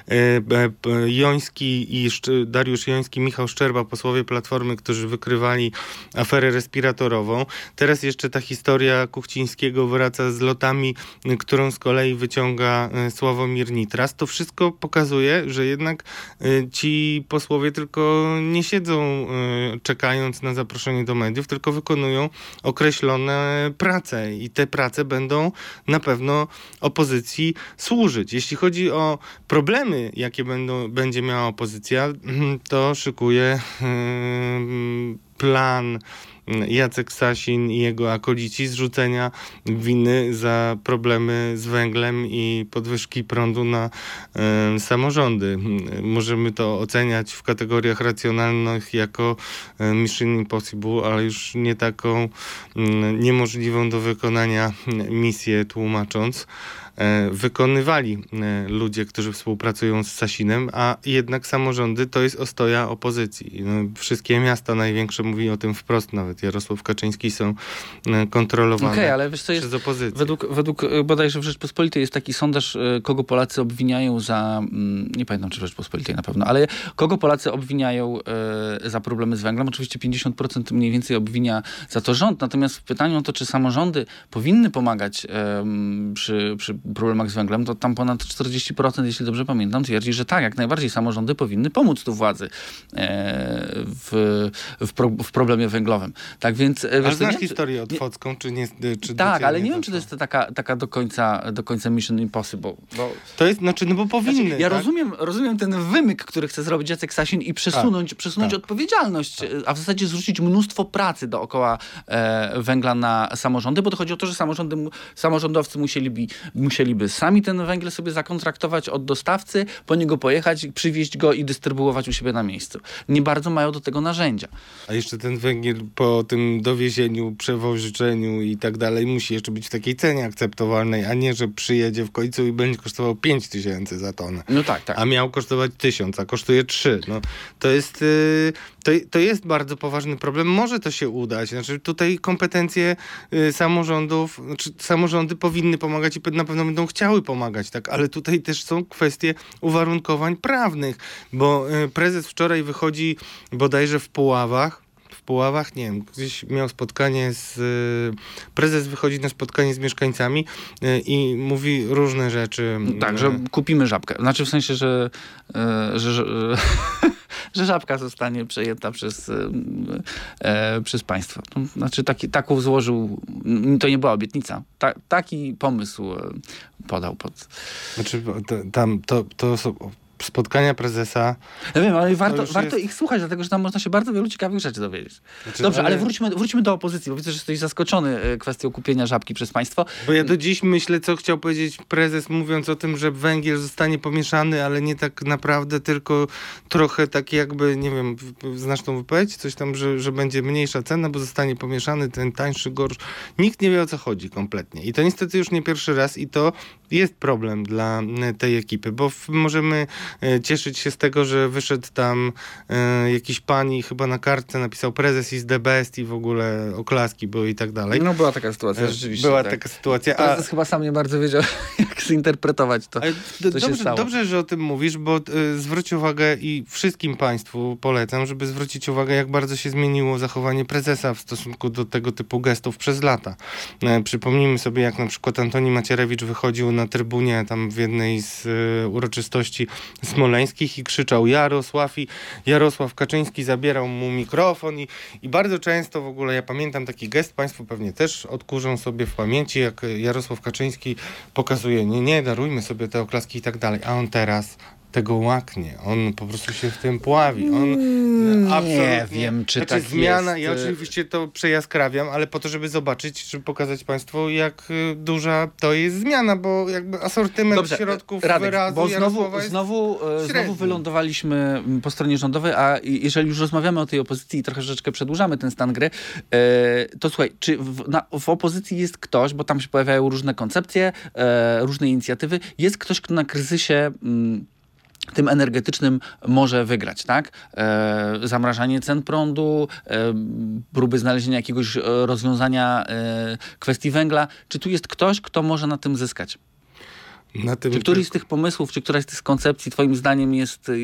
Dariusz Joński, Michał Szczerba, posłowie Platformy, którzy wykrywali aferę respiratorową. Teraz jeszcze ta historia Kuchcińskiego wraca z lotami, którą z kolei wyciąga Sławomir Nitras. To wszystko pokazuje, że jednak ci posłowie tylko nie siedzą czekając na zaproszenie do mediów, tylko wykonują określone prace i te prace będą na pewno opozycji służyć. Jeśli chodzi o problemy, jakie będzie miała opozycja, to szykuje plan Jacek Sasin i jego akolici zrzucenia winy za problemy z węglem i podwyżki prądu na samorządy. Możemy to oceniać w kategoriach racjonalnych jako Mission Impossible, ale już nie taką niemożliwą do wykonania misję, tłumacząc. Wykonywali ludzie, którzy współpracują z Sasinem, a jednak samorządy to jest ostoja opozycji. No, wszystkie miasta największe mówi o tym wprost, nawet Jarosław Kaczyński, są kontrolowane ale wiesz, co jest, przez opozycję. Według bodajże w Rzeczpospolitej jest taki sondaż, kogo Polacy obwiniają za, nie pamiętam czy w Rzeczpospolitej na pewno, ale kogo Polacy obwiniają za problemy z węglem. Oczywiście 50% mniej więcej obwinia za to rząd, natomiast w pytaniu o to, czy samorządy powinny pomagać przy problemach z węglem, to tam ponad 40%, jeśli dobrze pamiętam, twierdzi, że tak, jak najbardziej samorządy powinny pomóc tu władzy w problemie węglowym. Tak więc... Ale znasz historię otwocką, czy nie? Czy tak, ale nie wiem, czy to jest taka do końca Mission Impossible. Bo to jest, bo powinny. Znaczy, ja rozumiem ten wymyk, który chce zrobić Jacek Sasin i przesunąć odpowiedzialność, a w zasadzie zrzucić mnóstwo pracy dookoła węgla na samorządy, bo to chodzi o to, że samorządowcy musieliby sami ten węgiel sobie zakontraktować od dostawcy, po niego pojechać, przywieźć go i dystrybuować u siebie na miejscu. Nie bardzo mają do tego narzędzia. A jeszcze ten węgiel po tym dowiezieniu, przewożeniu i tak dalej musi jeszcze być w takiej cenie akceptowalnej, a nie, że przyjedzie w końcu i będzie kosztował 5000 za tonę. No tak. A miał kosztować 1000, a kosztuje 3. No, to jest bardzo poważny problem. Może to się udać. Znaczy tutaj kompetencje samorządów, samorządy powinny pomagać i na pewno będą chciały pomagać, tak? Ale tutaj też są kwestie uwarunkowań prawnych, bo prezes wczoraj wychodzi bodajże w Puławach, nie wiem, gdzieś miał spotkanie prezes wychodzi na spotkanie z mieszkańcami i mówi różne rzeczy. Tak, że kupimy żabkę. Znaczy w sensie, że żabka zostanie przejęta przez państwo. To znaczy taką złożył, to nie była obietnica, taki pomysł podał pod... Znaczy to są spotkania prezesa. Ja wiem, ale warto ich słuchać, dlatego że tam można się bardzo wielu ciekawych rzeczy dowiedzieć. Dobrze, ale wróćmy do opozycji, bo widzę, że jesteś zaskoczony kwestią kupienia żabki przez państwo. Bo ja do dziś myślę, co chciał powiedzieć prezes, mówiąc o tym, że węgiel zostanie pomieszany, ale nie tak naprawdę, tylko trochę tak jakby, nie wiem, znasz tą wypowiedź? Coś tam, że będzie mniejsza cena, bo zostanie pomieszany, ten tańszy, gorszy. Nikt nie wie, o co chodzi kompletnie. I to niestety już nie pierwszy raz i to jest problem dla tej ekipy, bo możemy cieszyć się z tego, że wyszedł tam jakiś pan i chyba na kartce napisał prezes is the best i w ogóle oklaski były i tak dalej. No była taka sytuacja, rzeczywiście. Była tak. taka sytuacja. Prezes chyba sam nie bardzo wiedział, jak zinterpretować to, co się stało. Dobrze, że o tym mówisz, bo zwróć uwagę i wszystkim państwu polecam, żeby zwrócić uwagę, jak bardzo się zmieniło zachowanie prezesa w stosunku do tego typu gestów przez lata. Przypomnijmy sobie, jak na przykład Antoni Macierewicz wychodził na trybunie tam w jednej z uroczystości smoleńskich i krzyczał Jarosław i Jarosław Kaczyński zabierał mu mikrofon i bardzo często w ogóle, ja pamiętam taki gest, państwo pewnie też odkurzą sobie w pamięci, jak Jarosław Kaczyński pokazuje, nie, darujmy sobie te oklaski i tak dalej, a on teraz tego łaknie. On po prostu się w tym pławi. On nie wiem, czy tak zmiana, jest. ja oczywiście to przejaskrawiam, ale po to, żeby zobaczyć, żeby pokazać państwu, jak duża to jest zmiana, bo jakby asortyment środków Radek, wyrazu bo znowu wylądowaliśmy po stronie rządowej, a jeżeli już rozmawiamy o tej opozycji i troszeczkę przedłużamy ten stan gry, to słuchaj, czy w opozycji jest ktoś, bo tam się pojawiają różne koncepcje, różne inicjatywy, jest ktoś, kto na kryzysie tym energetycznym może wygrać, tak? Zamrażanie cen prądu, próby znalezienia jakiegoś rozwiązania kwestii węgla. Czy tu jest ktoś, kto może na tym zyskać? Czy któryś z tych pomysłów, czy któraś z tych koncepcji twoim zdaniem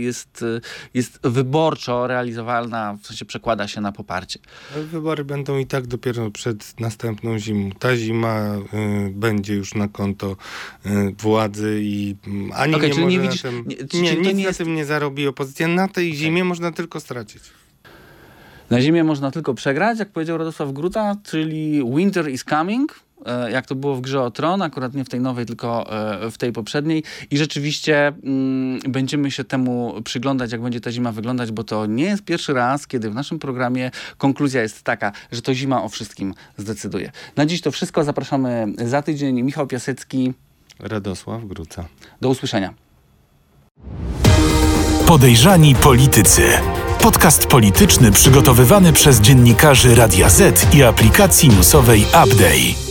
jest wyborczo realizowalna, w sensie przekłada się na poparcie? Wybory będą i tak dopiero przed następną zimą. Ta zima będzie już na konto władzy i ani nie może nie widzisz, nic na tym nie zarobi opozycja. Na tej zimie można tylko stracić. Na zimie można tylko przegrać, jak powiedział Radosław Gruta, czyli winter is coming. Jak to było w Grze o Tron, akurat nie w tej nowej, tylko w tej poprzedniej. I rzeczywiście będziemy się temu przyglądać, jak będzie ta zima wyglądać, bo to nie jest pierwszy raz, kiedy w naszym programie konkluzja jest taka, że to zima o wszystkim zdecyduje. Na dziś to wszystko. Zapraszamy za tydzień. Michał Piasecki. Radosław Gruca. Do usłyszenia. Podejrzani politycy. Podcast polityczny przygotowywany przez dziennikarzy Radia Z i aplikacji newsowej Update.